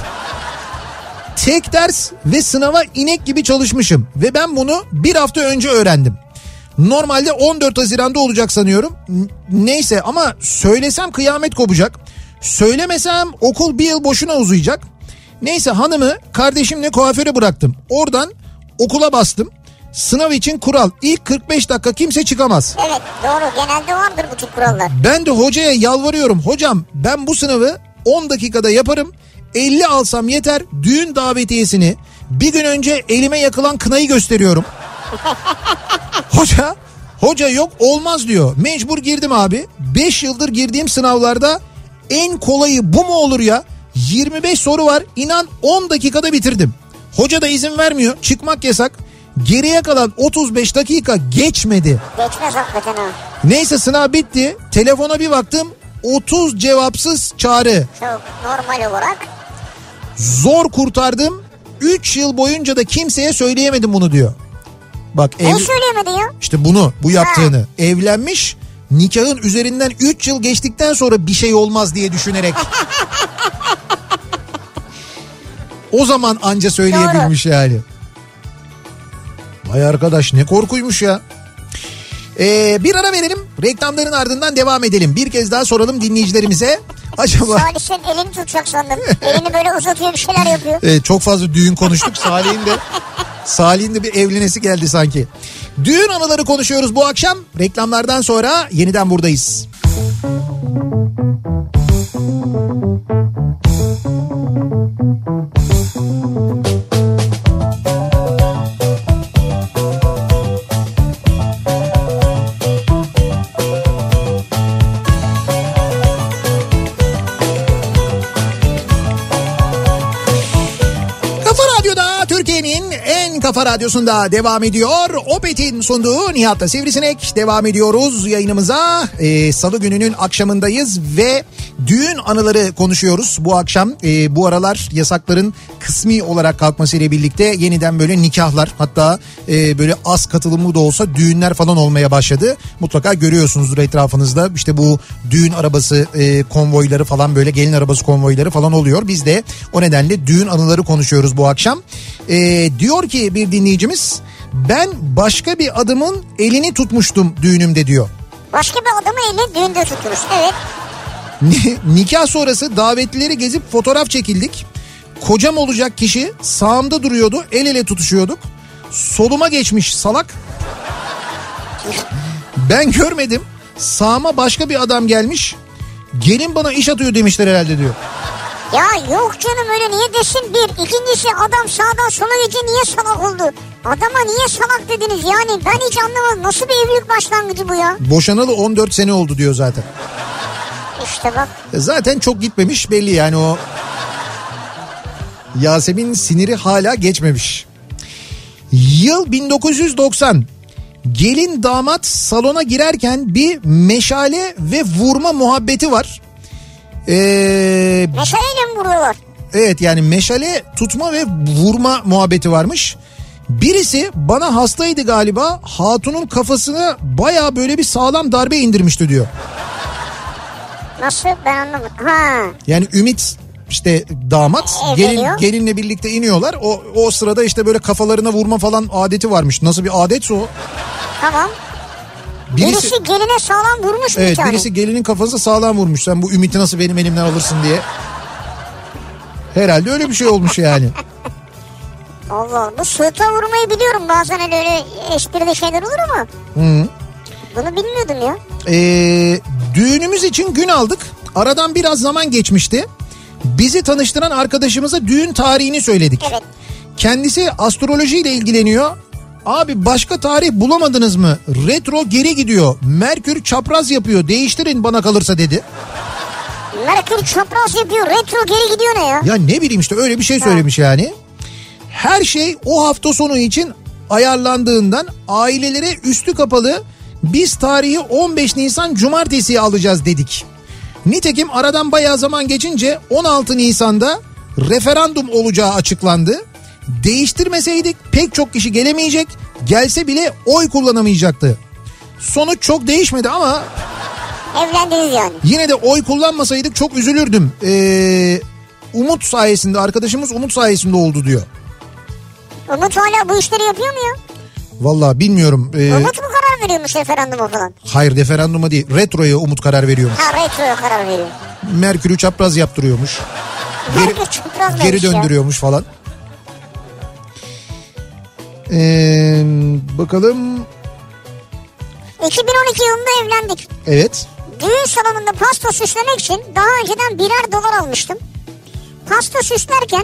Tek ders ve sınava inek gibi çalışmışım ve ben bunu bir hafta önce öğrendim. Normalde 14 Haziran'da olacak sanıyorum. Neyse, ama söylesem kıyamet kopacak. Söylemesem okul bir yıl boşuna uzayacak. Neyse, hanımı kardeşimle kuaföre bıraktım. Oradan okula bastım. Sınav için kural: İlk 45 dakika kimse çıkamaz. Evet, doğru, genelde vardır bu tip kurallar. Ben de hocaya yalvarıyorum. Hocam, ben bu sınavı 10 dakikada yaparım. 50 alsam yeter. Düğün davetiyesini bir gün önce elime yakılan kınayı gösteriyorum. Hoca yok, olmaz diyor. Mecbur girdim abi. 5 yıldır girdiğim sınavlarda en kolayı bu mu olur ya? 25 soru var. İnan 10 dakikada bitirdim. Hoca da izin vermiyor. Çıkmak yasak. Geriye kalan 35 dakika geçmedi. Geçmez hakikaten ha. Neyse sınav bitti. Telefona bir baktım. 30 cevapsız çağrı. Çok normal olarak. Zor kurtardım. 3 yıl boyunca da kimseye söyleyemedim bunu diyor. Bak Ne söyleyemedi ya? İşte bu yaptığını. Evlenmiş, nikahın üzerinden 3 yıl geçtikten sonra bir şey olmaz diye düşünerek. O zaman anca söyleyebilmiş. Doğru. Yani. Vay arkadaş, ne korkuymuş ya. Bir ara verelim. Reklamların ardından devam edelim. Bir kez daha soralım dinleyicilerimize. Acaba... Salih sen elini tutacak sandım. Elini böyle uzatıyor, bir şeyler yapıyor. Evet, çok fazla düğün konuştuk. Salih'in de bir evlenesi geldi sanki. Düğün anıları konuşuyoruz bu akşam. Reklamlardan sonra yeniden buradayız. Kafa Radyosu'nda devam ediyor. Opet'in sunduğu Nihat'la Sivrisinek devam ediyoruz yayınımıza. Salı gününün akşamındayız ve düğün anıları konuşuyoruz bu akşam. Bu aralar yasakların kısmi olarak kalkmasıyla birlikte yeniden böyle nikahlar, hatta böyle az katılımlı da olsa düğünler falan olmaya başladı. Mutlaka görüyorsunuzdur etrafınızda işte bu düğün arabası konvoyları falan, böyle gelin arabası konvoyları falan oluyor. Biz de o nedenle düğün anıları konuşuyoruz bu akşam. Diyor ki bir dinleyicimiz, ben başka bir adamın elini tutmuştum düğünümde diyor. Başka bir adamın elini düğünde tutmuş, evet. Nikah sonrası davetlileri gezip fotoğraf çekildik. Kocam olacak kişi sağımda duruyordu, el ele tutuşuyorduk. Soluma geçmiş salak. Ben görmedim. Sağıma başka bir adam gelmiş. Gelin bana iş atıyor demişler herhalde diyor. Ya yok canım, öyle niye desin bir. İkincisi adam sağdan sola geçince niye salak oldu? Adama niye salak dediniz yani, ben hiç anlamadım. Nasıl bir evlilik başlangıcı bu ya? Boşanalı 14 sene oldu diyor zaten. İşte bak. Zaten çok gitmemiş belli yani, o Yasemin siniri hala geçmemiş. Yıl 1990. Gelin damat salona girerken bir meşale ve vurma muhabbeti var. Meşaleyle mi vuruyorlar? Evet, yani meşale tutma ve vurma muhabbeti varmış. Birisi bana hastaydı galiba, hatunun kafasına baya böyle bir sağlam darbe indirmişti diyor. Nasıl, ben anlamadım. Ha. Yani Ümit işte damat gelinle birlikte iniyorlar. O sırada işte böyle kafalarına vurma falan adeti varmış. Nasıl bir adetse o? Tamam. Birisi geline sağlam vurmuş mu? Evet, birisi gelinin kafasına sağlam vurmuş. Sen bu Ümit'i nasıl benim elimden alırsın diye. Herhalde öyle bir şey olmuş yani. Allah, bu sırta vurmayı biliyorum, bazen öyle esprili şeyler olur ama. Hı. Bunu bilmiyordum ya. Düğünümüz için gün aldık. Aradan biraz zaman geçmişti. Bizi tanıştıran arkadaşımıza düğün tarihini söyledik. Evet. Kendisi astrolojiyle ilgileniyor. Abi başka tarih bulamadınız mı? Retro geri gidiyor. Merkür çapraz yapıyor. Değiştirin bana kalırsa dedi. Merkür çapraz yapıyor, retro geri gidiyor ne ya? Ya ne bileyim işte, öyle bir şey söylemiş yani. Her şey o hafta sonu için ayarlandığından ailelere üstü kapalı, biz tarihi 15 Nisan Cumartesi'ye alacağız dedik. Nitekim aradan bayağı zaman geçince 16 Nisan'da referandum olacağı açıklandı. Değiştirmeseydik pek çok kişi gelemeyecek, gelse bile oy kullanamayacaktı. Sonuç çok değişmedi ama evlendiniz yani. Yine de oy kullanmasaydık çok üzülürdüm. Umut sayesinde, arkadaşımız Umut sayesinde oldu diyor. Umut hala bu işleri yapıyor mu ya? Vallahi bilmiyorum. Umut mu karar veriyormuş referanduma falan? Hayır, referanduma değil, retroya Umut karar veriyormuş. Ha, retroya karar veriyor. Merkür'ü çapraz yaptırıyormuş. Geri döndürüyormuş falan. Bakalım. 2012 yılında evlendik. Evet. Düğün salonunda pasta süslemek için daha önceden $1 almıştım. Pasta süslerken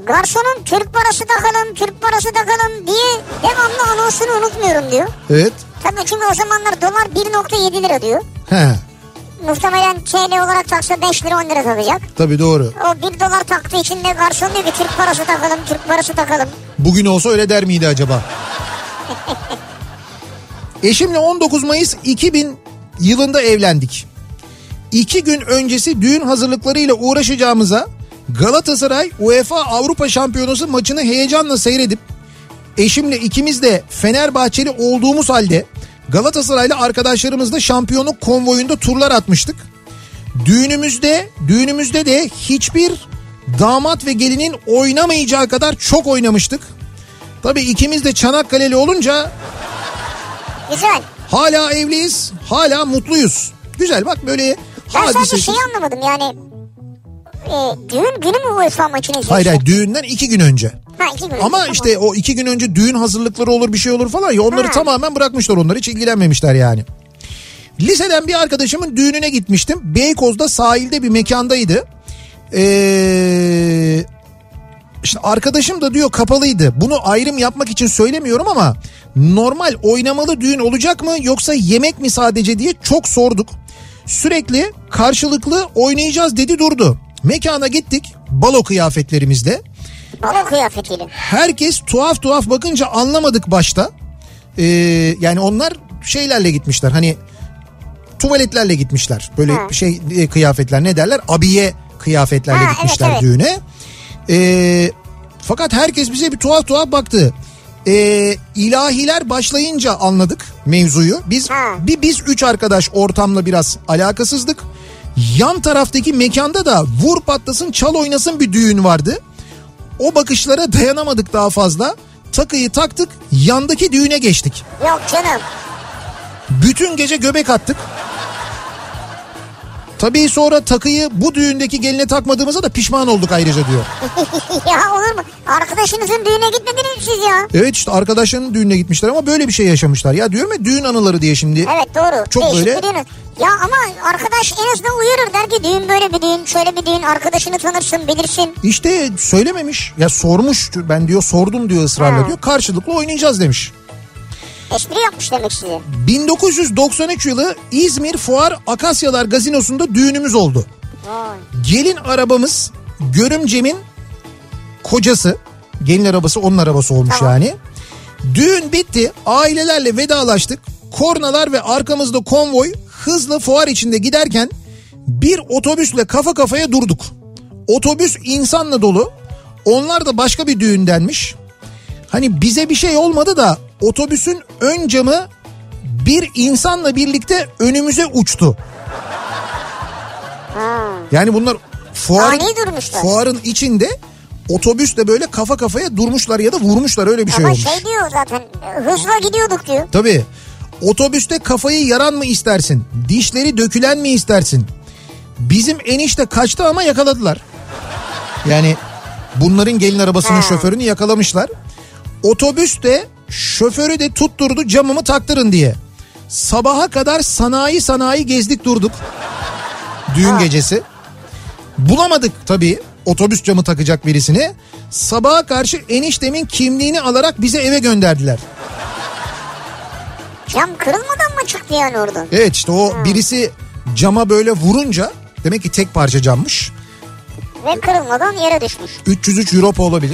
garsonun Türk parası takalım diye devamlı anonsunu unutmuyorum diyor. Evet. Tabii çünkü o zamanlar dolar 1.7 lira diyor. He. Muhtemelen TL olarak taksa 5 lira 10 lira takacak. Tabii doğru. O 1 dolar taktığı için de garson diyor ki Türk parası takalım, Türk parası takalım. Bugün olsa öyle der miydi acaba? Eşimle 19 Mayıs 2000 yılında evlendik. 2 gün öncesi düğün hazırlıklarıyla uğraşacağımıza Galatasaray UEFA Avrupa Şampiyonası maçını heyecanla seyredip eşimle ikimiz de Fenerbahçeli olduğumuz halde Galatasaraylı arkadaşlarımızla şampiyonluk konvoyunda turlar atmıştık. Düğünümüzde de hiçbir damat ve gelinin oynamayacağı kadar çok oynamıştık. Tabii ikimiz de Çanakkale'li olunca güzel. Hala evliyiz, hala mutluyuz. Güzel bak böyle ben sadece şeyi anlamadım yani düğün günü mü UEFA maçını izliyorsun? Hayır düğünden 2 gün önce. Ha, 2 gün ama önce, işte o 2 gün önce düğün hazırlıkları olur bir şey olur falan ya onları tamamen bırakmışlar, onları hiç ilgilenmemişler yani. Liseden bir arkadaşımın düğününe gitmiştim. Beykoz'da sahilde bir mekandaydı. İşte arkadaşım da diyor kapalıydı. Bunu ayrım yapmak için söylemiyorum ama normal oynamalı düğün olacak mı yoksa yemek mi sadece diye çok sorduk. Sürekli karşılıklı oynayacağız dedi durdu. Mekana gittik balo kıyafetlerimizle. Balo kıyafetiyle. Herkes tuhaf bakınca anlamadık başta. Yani onlar şeylerle gitmişler hani tuvaletlerle gitmişler. Böyle kıyafetler ne derler abiye kıyafetlerle gitmişler evet. Düğüne. Fakat herkes bize bir tuhaf baktı. İlahiler başlayınca anladık mevzuyu. Biz 3 arkadaş ortamla biraz alakasızdık. Yan taraftaki mekanda da vur patlasın çal oynasın bir düğün vardı. O bakışlara dayanamadık daha fazla. Takıyı taktık yandaki düğüne geçtik. Yok canım. Bütün gece göbek attık. Tabii sonra takıyı bu düğündeki geline takmadığımıza da pişman olduk ayrıca diyor. Ya olur mu? Arkadaşınızın düğüne gitmediniz mi siz ya? Evet işte arkadaşlarının düğününe gitmişler ama böyle bir şey yaşamışlar. Ya diyorum ya düğün anıları diye şimdi. Evet doğru. Çok değişik böyle. Ya ama arkadaş en azından uyarır der ki düğün böyle bir düğün şöyle bir düğün arkadaşını tanırsın bilirsin. İşte söylememiş ya sormuş ben diyor sordum diyor ısrarla diyor karşılıklı oynayacağız demiş. Espri yapmış demek size. 1993 yılı İzmir Fuar Akasyalar Gazinosu'nda düğünümüz oldu. Vay. Gelin arabamız görümcemin kocası. Gelin arabası onun arabası olmuş yani. Düğün bitti. Ailelerle vedalaştık. Kornalar ve arkamızda konvoy hızla fuar içinde giderken bir otobüsle kafa kafaya durduk. Otobüs insanla dolu. Onlar da başka bir düğündenmiş. Hani bize bir şey olmadı da otobüsün ön camı bir insanla birlikte önümüze uçtu. Yani bunlar fuarın içinde otobüsle böyle kafa kafaya durmuşlar ya da vurmuşlar öyle bir şey olmuş. Ama şey diyor zaten hızla gidiyorduk diyor. Tabii otobüste kafayı yaran mı istersin? Dişleri dökülen mi istersin? Bizim enişte kaçtı ama yakaladılar. Yani bunların gelin arabasının şoförünü yakalamışlar. Otobüs de şoförü de tutturdu camımı taktırın diye. Sabaha kadar sanayi gezdik durduk. Düğün gecesi. Bulamadık tabii otobüs camı takacak birisini. Sabaha karşı eniştemin kimliğini alarak bizi eve gönderdiler. Cam kırılmadan mı çıktı yani oradan? Evet işte o birisi cama böyle vurunca demek ki tek parça cammış. Ve kırılmadan yere düşmüş. 303 euro olabilir.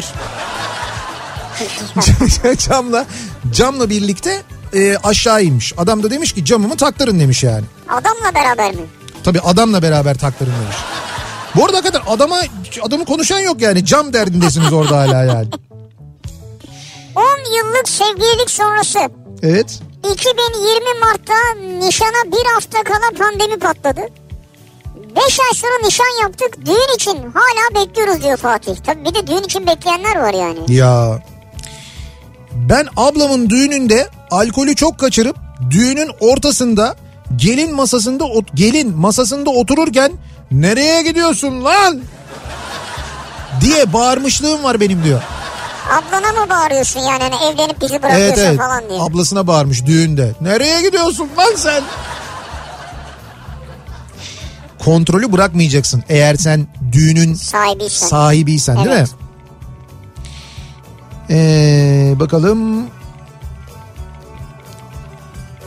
camla birlikte aşağı inmiş. Adam da demiş ki camımı taktırın demiş yani. Adamla beraber mi? Tabii adamla beraber taktırın demiş. Bu arada hakikaten adamı konuşan yok yani. Cam derdindesiniz orada hala yani. 10 yıllık sevgililik sonrası. Evet. 2020 Mart'ta nişana bir hafta kala pandemi patladı. 5 ay sonra nişan yaptık. Düğün için hala bekliyoruz diyor Fatih. Tabii bir de düğün için bekleyenler var yani. Ya ben ablamın düğününde alkolü çok kaçırıp düğünün ortasında gelin masasında otururken nereye gidiyorsun lan diye bağırmışlığım var benim diyor. Ablana mı bağırıyorsun yani hani evlenip bizi bırakıyorsun falan diye. Ablasına bağırmış düğünde. Nereye gidiyorsun lan sen? Kontrolü bırakmayacaksın eğer sen düğünün sahibiysen değil mi? Bakalım.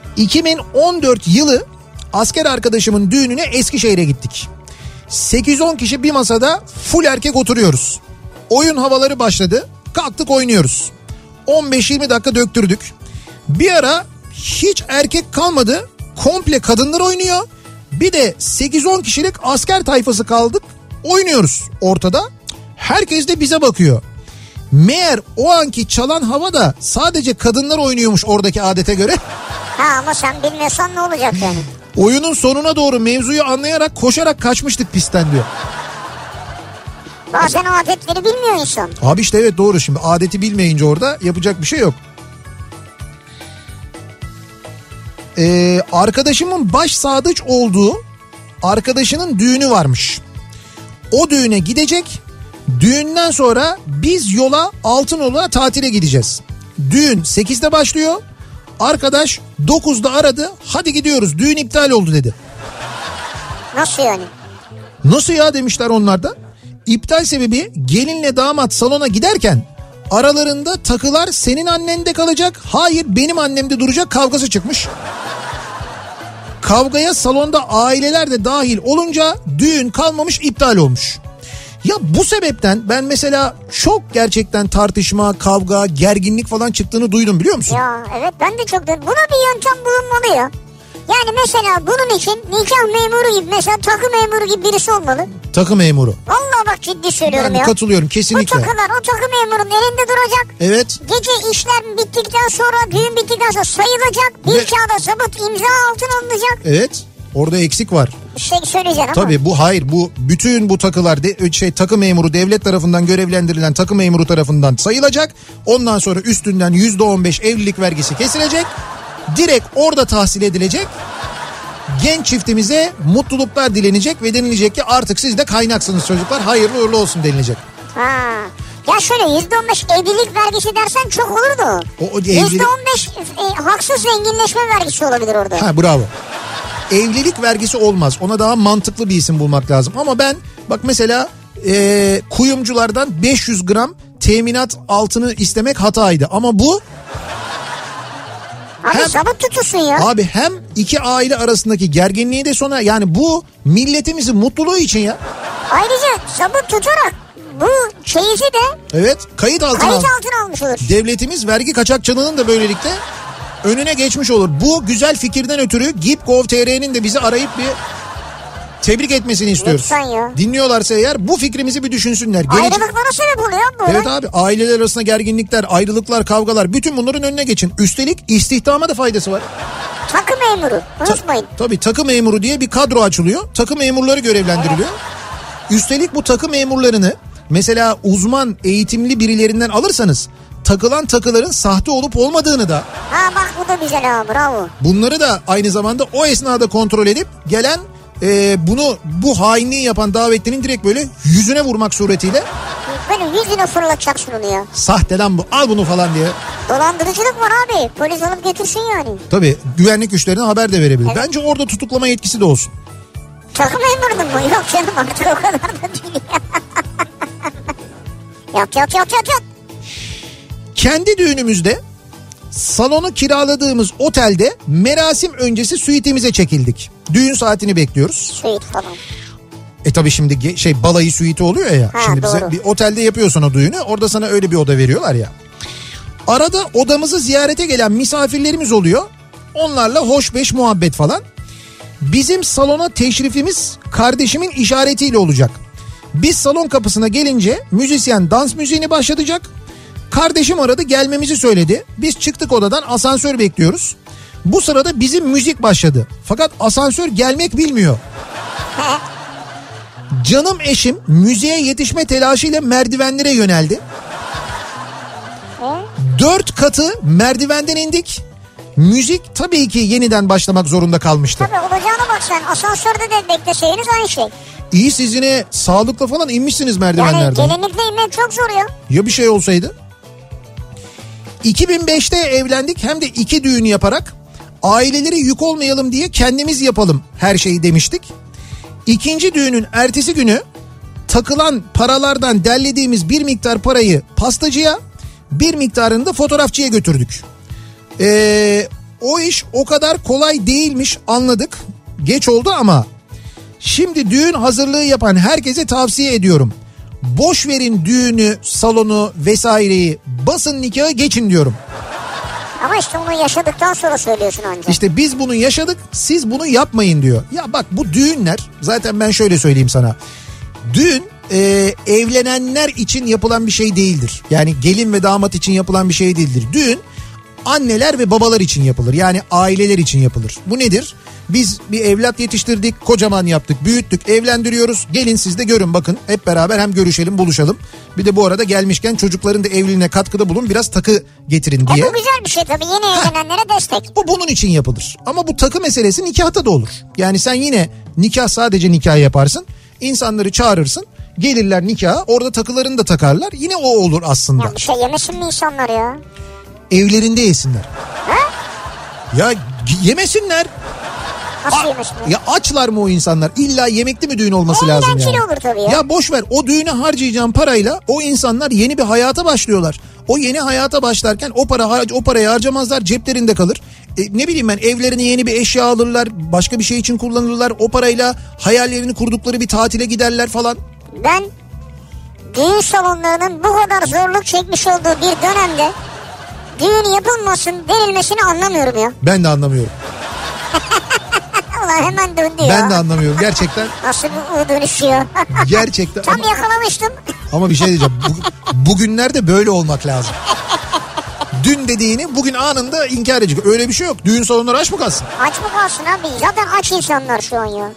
2014 yılı asker arkadaşımın düğününe Eskişehir'e gittik. 8-10 kişi bir masada full erkek oturuyoruz. Oyun havaları başladı. Kalktık oynuyoruz. 15-20 dakika döktürdük. Bir ara hiç erkek kalmadı. Komple kadınlar oynuyor. Bir de 8-10 kişilik asker tayfası kaldık. Oynuyoruz ortada. Herkes de bize bakıyor. Meğer o anki çalan hava da sadece kadınlar oynuyormuş oradaki adete göre. Ha ama sen bilmiyorsan ne olacak yani? Oyunun sonuna doğru mevzuyu anlayarak koşarak kaçmıştık pistten diyor. Bazen o adetleri bilmiyor insan. Abi işte evet doğru, şimdi adeti bilmeyince orada yapacak bir şey yok. Arkadaşımın baş sadıç olduğu arkadaşının düğünü varmış. O düğüne gidecek. Düğünden sonra biz yola Altınoluk'a tatile gideceğiz. Düğün 8'de başlıyor. Arkadaş 9'da aradı. Hadi gidiyoruz, düğün iptal oldu dedi. Nasıl yani? Nasıl ya demişler onlar da. İptal sebebi gelinle damat salona giderken aralarında takılar senin annende kalacak, hayır benim annemde duracak kavgası çıkmış. Kavgaya salonda aileler de dahil olunca düğün kalmamış, iptal olmuş. Ya bu sebepten ben mesela çok gerçekten tartışma, kavga, gerginlik falan çıktığını duydum, biliyor musun? Ya evet, ben de çok duydum. Buna bir yöntem bulunmalı ya. Yani mesela bunun için nikah memuru gibi, mesela takı memuru gibi birisi olmalı. Takı memuru. Vallahi bak ciddi söylüyorum ya. Katılıyorum kesinlikle. O takılar o takı memurunun elinde duracak. Evet. Gece işler bittikten sonra, düğün bittikten sonra sayılacak. Bir kağıda sabit imza altın alınacak. Evet. Orada eksik var. Söyleyeceksin ama. Tabii bu bütün bu takılar takı memuru, devlet tarafından görevlendirilen takı memuru tarafından sayılacak. Ondan sonra üstünden %15 evlilik vergisi kesilecek. Direkt orada tahsil edilecek. Genç çiftimize mutluluklar dilenecek ve denilecek ki artık siz de kaynaksınız çocuklar, hayırlı uğurlu olsun denilecek. Ha. Ya şöyle %15 evlilik vergisi dersen çok olurdu. %15 haksız zenginleşme vergisi olabilir orada. Ha bravo. Evlilik vergisi olmaz. Ona daha mantıklı bir isim bulmak lazım. Ama ben bak mesela kuyumculardan 500 gram teminat altını istemek hataydı. Ama bu... Abi sabit tutursun ya. Abi hem iki aile arasındaki gerginliği de sona, yani bu milletimizin mutluluğu için ya. Ayrıca sabit tutarak bu çeyizi de evet kayıt altına almış olur. Devletimiz vergi kaçakçılığının da böylelikle önüne geçmiş olur. Bu güzel fikirden ötürü Gip.gov.tr'nin de bizi arayıp bir tebrik etmesini istiyoruz. Lütfen ya. Dinliyorlarsa eğer bu fikrimizi bir düşünsünler. Ayrılıklara sebep oluyor bu. Evet abi, aileler arasında gerginlikler, ayrılıklar, kavgalar, bütün bunların önüne geçin. Üstelik istihdama da faydası var. Takı memuru unutmayın. Tabii takı memuru diye bir kadro açılıyor. Takı memurları görevlendiriliyor. Evet. Üstelik bu takı memurlarını mesela uzman eğitimli birilerinden alırsanız takılan takıların sahte olup olmadığını da... Ha bak bu da güzel ha, bravo. Bunları da aynı zamanda o esnada kontrol edip gelen bu hainliği yapan davetlinin direkt böyle yüzüne vurmak suretiyle... Böyle yüzüne fırlatacaksın onu ya. Sahte lan bu, al bunu falan diye. Dolandırıcılık var abi, polis alıp götürsün yani. Tabii güvenlik güçlerine haber de verebilir. Evet. Bence orada tutuklama yetkisi de olsun. Takı memurdu mu? Yok canım, artık o kadar da değil ya. Yok. Kendi düğünümüzde salonu kiraladığımız otelde merasim öncesi suitimize çekildik. Düğün saatini bekliyoruz. Suit falan. Tabii şimdi balayı suiti oluyor ya. Ha, şimdi doğru. bize bir otelde yapıyorsun o düğünü. Orada sana öyle bir oda veriyorlar ya. Arada odamızı ziyarete gelen misafirlerimiz oluyor. Onlarla hoş beş muhabbet falan. Bizim salona teşrifimiz kardeşimin işaretiyle olacak. Biz salon kapısına gelince müzisyen dans müziğini başlatacak. Kardeşim aradı, gelmemizi söyledi. Biz çıktık odadan, asansör bekliyoruz. Bu sırada bizim müzik başladı. Fakat asansör gelmek bilmiyor. Canım eşim müziğe yetişme telaşıyla merdivenlere yöneldi. 4 katı merdivenden indik. Müzik tabii ki yeniden başlamak zorunda kalmıştı. Tabii olacağına bak sen. Asansörde de bekleseydiniz aynı şey. İyi siz yine sağlıkla falan inmişsiniz merdivenlerden. Yani gelinlikle inmek çok zor ya. Ya bir şey olsaydı? 2005'te evlendik, hem de 2 düğün yaparak aileleri yük olmayalım diye kendimiz yapalım her şeyi demiştik. İkinci düğünün ertesi günü takılan paralardan derlediğimiz bir miktar parayı pastacıya, bir miktarını da fotoğrafçıya götürdük. o iş o kadar kolay değilmiş, anladık. Geç oldu ama şimdi düğün hazırlığı yapan herkese tavsiye ediyorum. Boş verin düğünü, salonu vesaireyi, basın nikahı geçin diyorum. Ama işte bunu yaşadıktan sonra söylüyorsun ancak. İşte biz bunu yaşadık, siz bunu yapmayın diyor. Ya bak, bu düğünler, zaten ben şöyle söyleyeyim sana. Düğün evlenenler için yapılan bir şey değildir. Yani gelin ve damat için yapılan bir şey değildir. Düğün anneler ve babalar için yapılır. Yani aileler için yapılır. Bu nedir? Biz bir evlat yetiştirdik, kocaman yaptık, büyüttük, evlendiriyoruz. Gelin siz de görün, bakın hep beraber hem görüşelim, buluşalım. Bir de bu arada gelmişken çocukların da evliliğine katkıda bulun, biraz takı getirin diye. Bu güzel bir şey tabii, yeni evlenenlere destek. Bu bunun için yapılır. Ama bu takı meselesi nikahta da olur. Yani sen yine nikah, sadece nikah yaparsın. İnsanları çağırırsın. Gelirler nikaha, orada takılarını da takarlar. Yine o olur aslında. Ya bir şey yemesin mi insanlar ya? Evlerinde yesinler. Ha? Ya yemesinler. Nasıl yemesinler? Ya açlar mı o insanlar? İlla yemekli mi düğün olması lazım yani? Eğlenceli olur tabii ya. Ya boş ver, o düğüne harcayacağın parayla o insanlar yeni bir hayata başlıyorlar. O yeni hayata başlarken o parayı harcamazlar, ceplerinde kalır. Ne bileyim ben, evlerine yeni bir eşya alırlar, başka bir şey için kullanırlar. O parayla hayallerini kurdukları bir tatile giderler falan. Ben düğün salonlarının bu kadar zorluk çekmiş olduğu bir dönemde düğün yapılmasın denilmesini anlamıyorum ya. Ben de anlamıyorum. Allah hemen döndü ya. Ben de anlamıyorum gerçekten. Nasıl bu dönüşüyor? Gerçekten. Tam yakalamıştım. Ama bir şey diyeceğim. Bugünlerde böyle olmak lazım. Dün dediğini bugün anında inkar edecek. Öyle bir şey yok. Düğün salonları aç mı kalsın? Aç mı kalsın abi? Zaten aç insanlar şu an ya.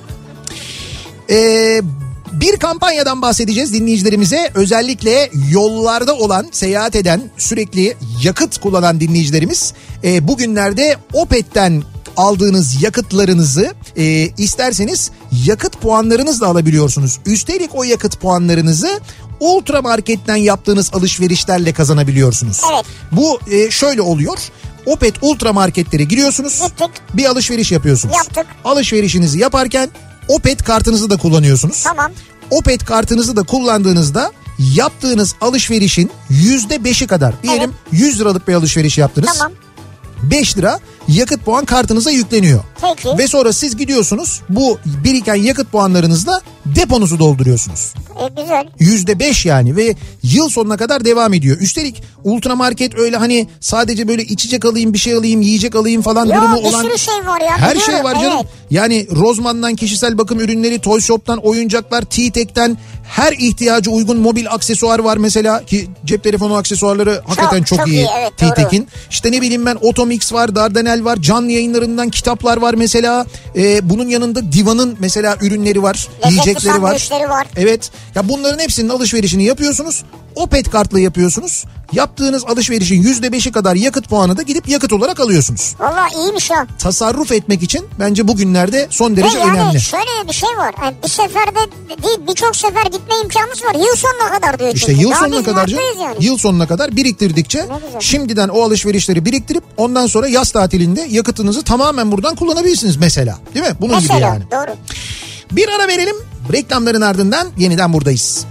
Bir kampanyadan bahsedeceğiz dinleyicilerimize. Özellikle yollarda olan, seyahat eden, sürekli yakıt kullanan dinleyicilerimiz bugünlerde Opet'ten aldığınız yakıtlarınızı isterseniz yakıt puanlarınızla alabiliyorsunuz. Üstelik o yakıt puanlarınızı Ultra Market'ten yaptığınız alışverişlerle kazanabiliyorsunuz. Evet. Bu şöyle oluyor. Opet Ultra Marketlere giriyorsunuz. Gittik. Bir alışveriş yapıyorsunuz. Yaptık. Alışverişinizi yaparken Opet kartınızı da kullanıyorsunuz. Tamam. Opet kartınızı da kullandığınızda yaptığınız alışverişin %5'i kadar, diyelim 100 liralık bir alışveriş yaptınız. Tamam. 5 lira yakıt puan kartınıza yükleniyor. Peki. Ve sonra siz gidiyorsunuz, bu biriken yakıt puanlarınızla deponuzu dolduruyorsunuz. Güzel. %5 yani, ve yıl sonuna kadar devam ediyor. Üstelik Ultra Market öyle hani sadece böyle içecek alayım, bir şey alayım, yiyecek alayım falan durumu olan. Bir sürü şey var ya. Her şey var canım. Evet. Yani Rozman'dan kişisel bakım ürünleri, Toy Shop'tan oyuncaklar, T-Tek'ten her ihtiyacı uygun mobil aksesuar var mesela, ki cep telefonu aksesuarları hakikaten çok iyi. Evet, T-Tek'in. İşte ne bileyim ben, Otomix var, Dardanel var, canlı yayınlarından kitaplar var mesela. Bunun yanında Diva'nın mesela ürünleri var, yiyecekleri var. Evet. Ya bunların hepsinin alışverişini yapıyorsunuz. Opet kartla yapıyorsunuz. Yaptığınız alışverişin %5'i kadar yakıt puanı da gidip yakıt olarak alıyorsunuz. Vallahi iyiymiş o. Tasarruf etmek için bence bugünlerde son derece yani önemli. Şöyle bir şey var. Yani bir seferde değil, birçok sefer gitme imkanımız var. Yıl sonuna kadar diyor. İşte yıl sonuna kadar yani. Yıl sonuna kadar biriktirdikçe şimdiden o alışverişleri biriktirip ondan sonra yaz tatilinde yakıtınızı tamamen buradan kullanabilirsiniz mesela. Değil mi? Bunun gibi yani. Doğru. Bir ara verelim. Reklamların ardından yeniden buradayız.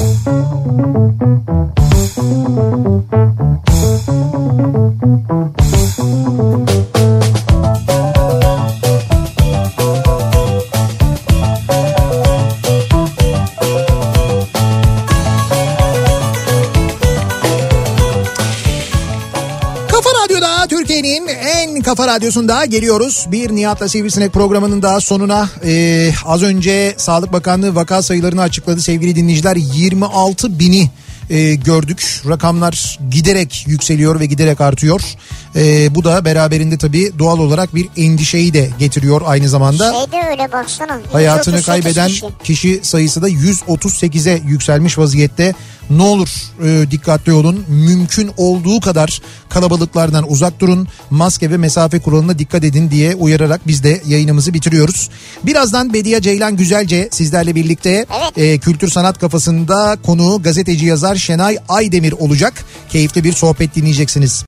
Türkiye'nin en kafa radyosunda geliyoruz. Bir Nihat'la Sivrisinek programının daha sonuna. Az önce Sağlık Bakanlığı vaka sayılarını açıkladı sevgili dinleyiciler. 26.000'i gördük. Rakamlar giderek yükseliyor ve giderek artıyor. Bu da beraberinde tabii doğal olarak bir endişeyi de getiriyor aynı zamanda. Şeyde öyle baksana. Hayatını kaybeden kişi sayısı da 138'e yükselmiş vaziyette. Ne olur dikkatli olun. Mümkün olduğu kadar kalabalıklardan uzak durun. Maske ve mesafe kuralına dikkat edin diye uyararak biz de yayınımızı bitiriyoruz. Birazdan Bediye Ceylan Güzelce sizlerle birlikte Kültür Sanat Kafasında konuğu gazeteci yazar Şenay Aydemir olacak. Keyifli bir sohbet dinleyeceksiniz.